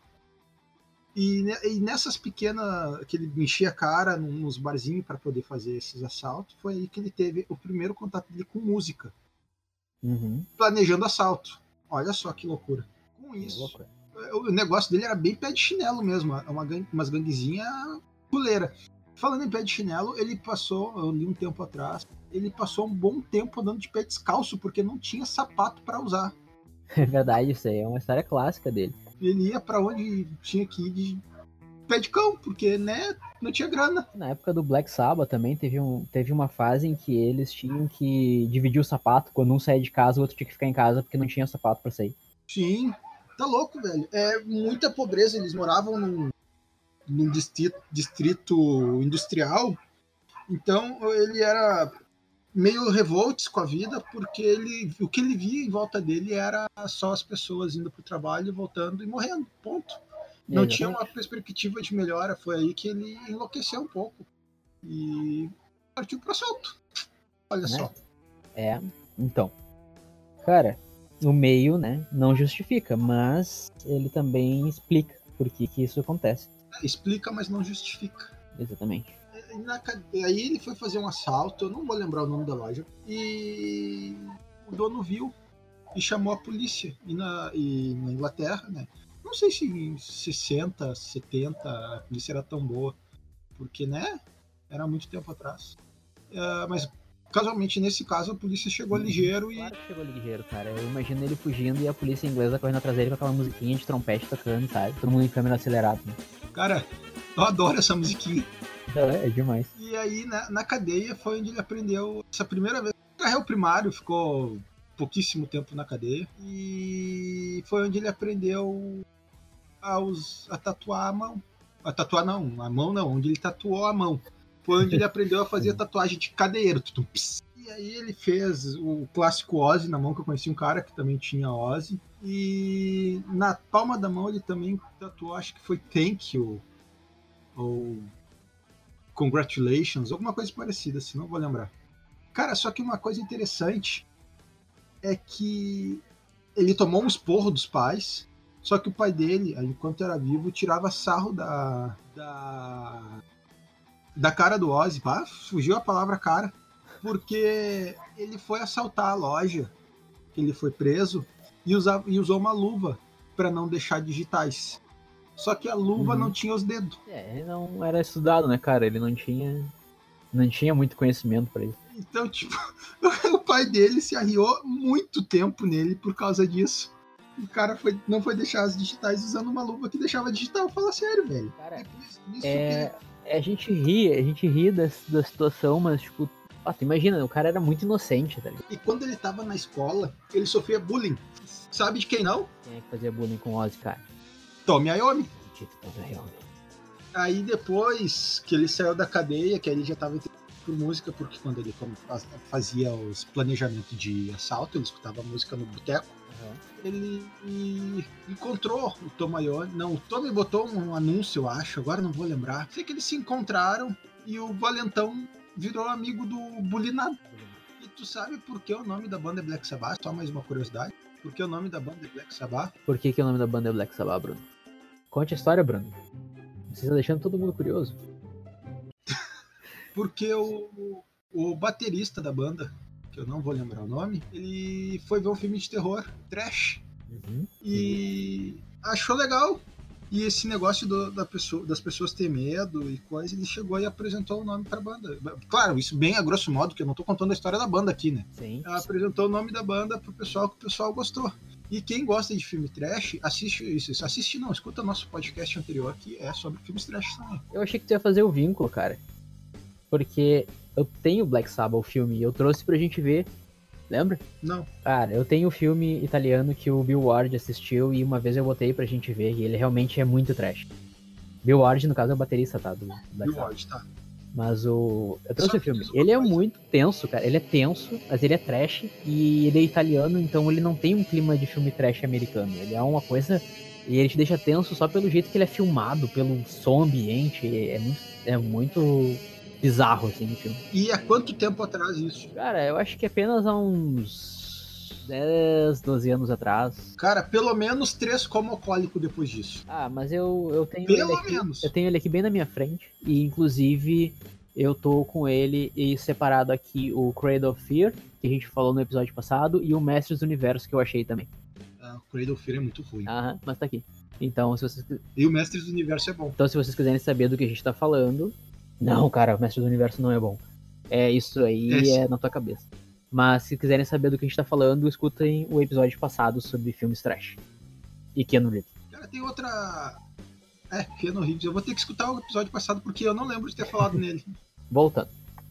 E nessas pequenas, que ele enchia a cara nos barzinhos para poder fazer esses assaltos, foi aí que ele teve o primeiro contato dele com música. Planejando assalto. Olha só que loucura. Com isso, o negócio dele era bem pé de chinelo mesmo, umas ganguezinhas puleira. Falando em pé de chinelo, ele passou, eu li um tempo atrás, ele passou um bom tempo andando de pé descalço, porque não tinha sapato para usar. É verdade, isso aí é uma história clássica dele. Ele ia para onde tinha que ir de pé de cão, porque, né, não tinha grana. Na época do Black Sabbath também teve uma fase em que eles tinham que dividir o sapato. Quando um saía de casa, o outro tinha que ficar em casa porque não tinha sapato para sair. Sim, tá louco, velho. É muita pobreza. Eles moravam num distrito industrial, então ele era meio revoltos com a vida, porque o que ele via em volta dele era só as pessoas indo pro trabalho, voltando e morrendo, ponto. Não tinha uma perspectiva de melhora. Foi aí que ele enlouqueceu um pouco e partiu pro assalto. Olha só. Então, cara, o meio, né, não justifica, mas ele também explica por que isso acontece. Explica, mas não justifica. Exatamente. Aí ele foi fazer um assalto, eu não vou lembrar o nome da loja, e o dono viu e chamou a polícia. E na Inglaterra, né? Não sei se em 60, 70 a polícia era tão boa, porque, né? Era muito tempo atrás. Mas, casualmente, nesse caso, a polícia chegou ligeiro e... Claro que chegou ligeiro, cara. Eu imagino ele fugindo e a polícia inglesa correndo atrás dele com aquela musiquinha de trompete tocando, sabe? Todo mundo em câmera acelerada. Né? Cara, eu adoro essa musiquinha. É demais. E aí, na cadeia, foi onde ele aprendeu essa primeira vez. Carreu primário, ficou pouquíssimo tempo na cadeia. E foi onde ele aprendeu a tatuar a mão. A tatuar não, a mão não, onde ele tatuou a mão. Foi onde ele aprendeu a fazer tatuagem de cadeiro. E aí ele fez o clássico Ozzy na mão, que eu conheci um cara que também tinha Ozzy. E na palma da mão ele também tatuou, acho que foi Thank You, ou Congratulations, alguma coisa parecida, assim, não vou lembrar. Cara, só que uma coisa interessante é que ele tomou um esporro dos pais, só que o pai dele, enquanto era vivo, tirava sarro da cara do Ozzy. Ah, fugiu a palavra cara. Porque ele foi assaltar a loja, que ele foi preso, e usou uma luva para não deixar digitais. Só que a luva não tinha os dedos. Ele não era estudado, né, cara? Ele não tinha muito conhecimento para isso. Então, tipo, o pai dele se arriou muito tempo nele por causa disso. O cara não foi deixar as digitais usando uma luva que deixava digital. Fala sério, velho. Cara, a gente ri da situação, mas, tipo, tu imagina, o cara era muito inocente, tá ligado? E quando ele tava na escola, ele sofria bullying. Sabe de quem não? Quem é que fazia bullying com o Ozzy, cara? Tommy Iommi. Tommy Iommi. Aí depois que ele saiu da cadeia, que aí ele já tava por música, porque quando ele fazia os planejamentos de assalto, ele escutava música no boteco. Ele encontrou o Tom Iommi. Não, o Tommy botou um anúncio, eu acho, agora não vou lembrar. Sei que eles se encontraram e o Valentão virou amigo do Bulinado. E tu sabe por que o nome da banda é Black Sabbath? Só mais uma curiosidade. Por que o nome da banda é Black Sabbath? Por que o nome da banda é Black Sabbath, Bruno? Conte a história, Bruno. Você está deixando todo mundo curioso. Porque o baterista da banda, que eu não vou lembrar o nome, ele foi ver um filme de terror, trash, e achou legal. E esse negócio das pessoas ter medo e coisa, ele chegou e apresentou o nome pra banda. Claro, isso bem a grosso modo, que eu não tô contando a história da banda aqui, né? Sim. Apresentou o nome da banda pro pessoal, que o pessoal gostou. E quem gosta de filme trash, assiste isso. Assiste não, escuta nosso podcast anterior, que é sobre filmes trash também. Eu achei que tu ia fazer o vínculo, cara. Porque eu tenho Black Sabbath, o filme, e eu trouxe pra gente ver. Lembra? Não. Cara, eu tenho o filme italiano que o Bill Ward assistiu e uma vez eu botei pra gente ver e ele realmente é muito trash. Bill Ward, no caso, é o baterista, tá? Do Black Sabbath. Ward, tá. Mas eu trouxe o filme. Ele é muito tenso, cara. Ele é tenso, mas ele é trash e ele é italiano, então ele não tem um clima de filme trash americano. Ele é uma coisa... E ele te deixa tenso só pelo jeito que ele é filmado, pelo som ambiente. É muito bizarro, assim, no filme. E há quanto tempo atrás isso? Cara, eu acho que apenas há uns 10, 12 anos atrás. Cara, pelo menos 3 como alcoólico depois disso. Ah, mas eu tenho pelo ele aqui. Menos. Eu tenho ele aqui bem na minha frente. E, inclusive, eu tô com ele e separado aqui o Cradle of Fear, que a gente falou no episódio passado, e o Mestres do Universo, que eu achei também. O Cradle of Fear é muito ruim. Aham, mas tá aqui. Então, se vocês... E o Mestres do Universo é bom. Então, se vocês quiserem saber do que a gente tá falando... Não, cara, o Mestre do Universo não é bom. Isso aí é na tua cabeça. Mas se quiserem saber do que a gente tá falando, escutem o episódio passado sobre filmes trash. E Keanu Reeves. Cara, tem outra... Keanu Reeves. Eu vou ter que escutar o episódio passado porque eu não lembro de ter falado nele. Voltando.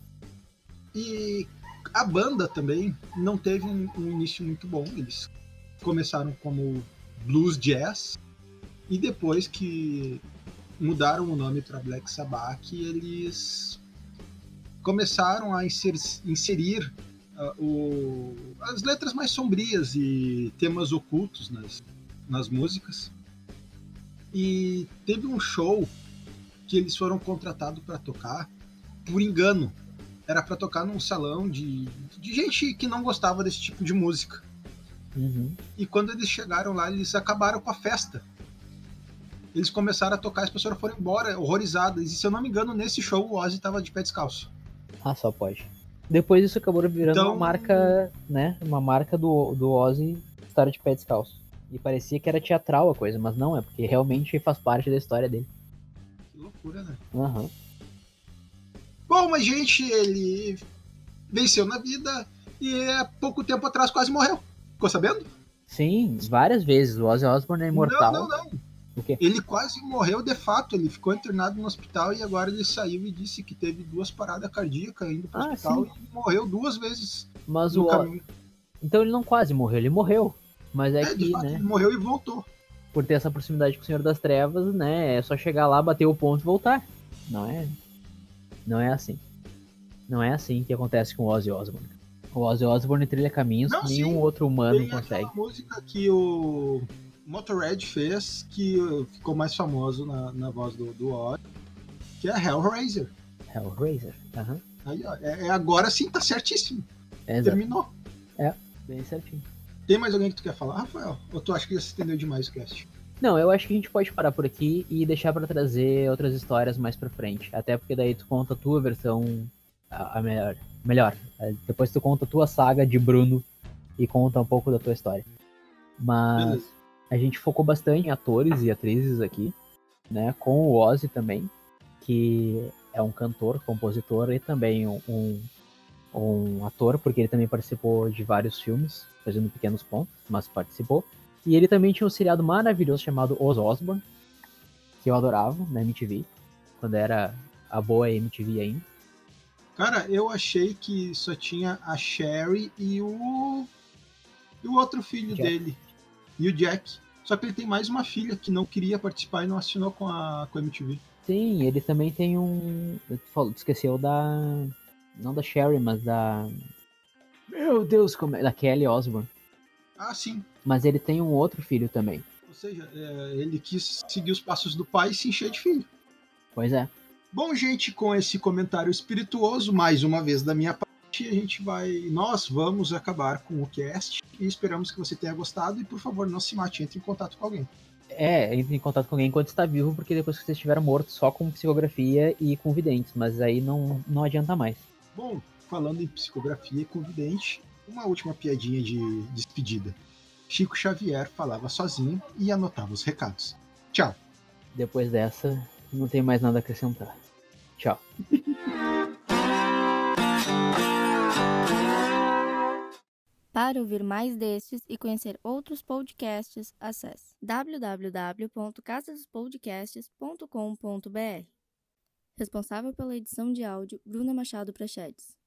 E a banda também não teve um início muito bom. Eles começaram como blues jazz e depois que mudaram o nome para Black Sabbath, eles começaram a inserir as letras mais sombrias e temas ocultos nas músicas. E teve um show que eles foram contratados para tocar por engano. Era para tocar num salão de gente que não gostava desse tipo de música. E quando eles chegaram lá, eles acabaram com a festa. Eles começaram a tocar, as pessoas foram embora, horrorizadas. E se eu não me engano, nesse show o Ozzy tava de pé descalço. Ah, só pode. Depois isso acabou virando uma marca, né? Uma marca do Ozzy estar de pé descalço. E parecia que era teatral a coisa, mas não é, porque realmente faz parte da história dele. Que loucura, né? Bom, mas gente, ele venceu na vida e há pouco tempo atrás quase morreu. Ficou sabendo? Sim, várias vezes. O Ozzy Osbourne é imortal. Não. O quê? Ele quase morreu de fato. Ele ficou internado no hospital e agora ele saiu e disse que teve 2 paradas cardíacas indo pro hospital. Sim. E morreu 2 vezes mas no caminho. Então ele não quase morreu, ele morreu. Mas que, de fato, né? Ele morreu e voltou. Por ter essa proximidade com o Senhor das Trevas, né? É só chegar lá, bater o ponto e voltar. Não é assim. Não é assim que acontece com o Ozzy Osbourne. O Ozzy Osbourne trilha caminhos que nenhum outro humano tem consegue. Tem música que o Motorhead fez que ficou mais famoso na voz do Ozzy, que é Hellraiser. Hellraiser, aham. Aí, ó, agora sim tá certíssimo. Terminou. Bem certinho. Tem mais alguém que tu quer falar, Rafael? Ou tu acha que já se estendeu demais o cast? Não, eu acho que a gente pode parar por aqui e deixar pra trazer outras histórias mais pra frente. Até porque daí tu conta a tua versão a melhor. Depois tu conta a tua saga de Bruno e conta um pouco da tua história. Mas beleza. A gente focou bastante em atores e atrizes aqui, né? Com o Ozzy também, que é um cantor, compositor e também um ator, porque ele também participou de vários filmes, fazendo pequenos pontos, mas participou. E ele também tinha um seriado maravilhoso chamado Os Osbourne, que eu adorava na MTV, quando era a boa MTV ainda. Cara, eu achei que só tinha a Sherry e o outro filho dele, e o Jack. Só que ele tem mais uma filha que não queria participar e não assinou com a MTV. Sim, ele também tem um... Tu esqueceu da... Não da Sherry, mas da... Meu Deus, da Kelly Osbourne. Ah, sim. Mas ele tem um outro filho também. Ou seja, ele quis seguir os passos do pai e se encher de filho. Pois é. Bom, gente, com esse comentário espirituoso, mais uma vez da minha parte, nós vamos acabar com o cast e esperamos que você tenha gostado e, por favor, não se mate, entre em contato com alguém. Entre em contato com alguém enquanto está vivo, porque depois que você estiver morto, só com psicografia e com videntes, mas aí não adianta mais. Bom, falando em psicografia e com vidente, uma última piadinha de despedida. Chico Xavier falava sozinho e anotava os recados. Tchau. Depois dessa, não tem mais nada a acrescentar. Tchau. Para ouvir mais destes e conhecer outros podcasts, acesse www.casadospodcasts.com.br. Responsável pela edição de áudio, Bruna Machado Prachedes.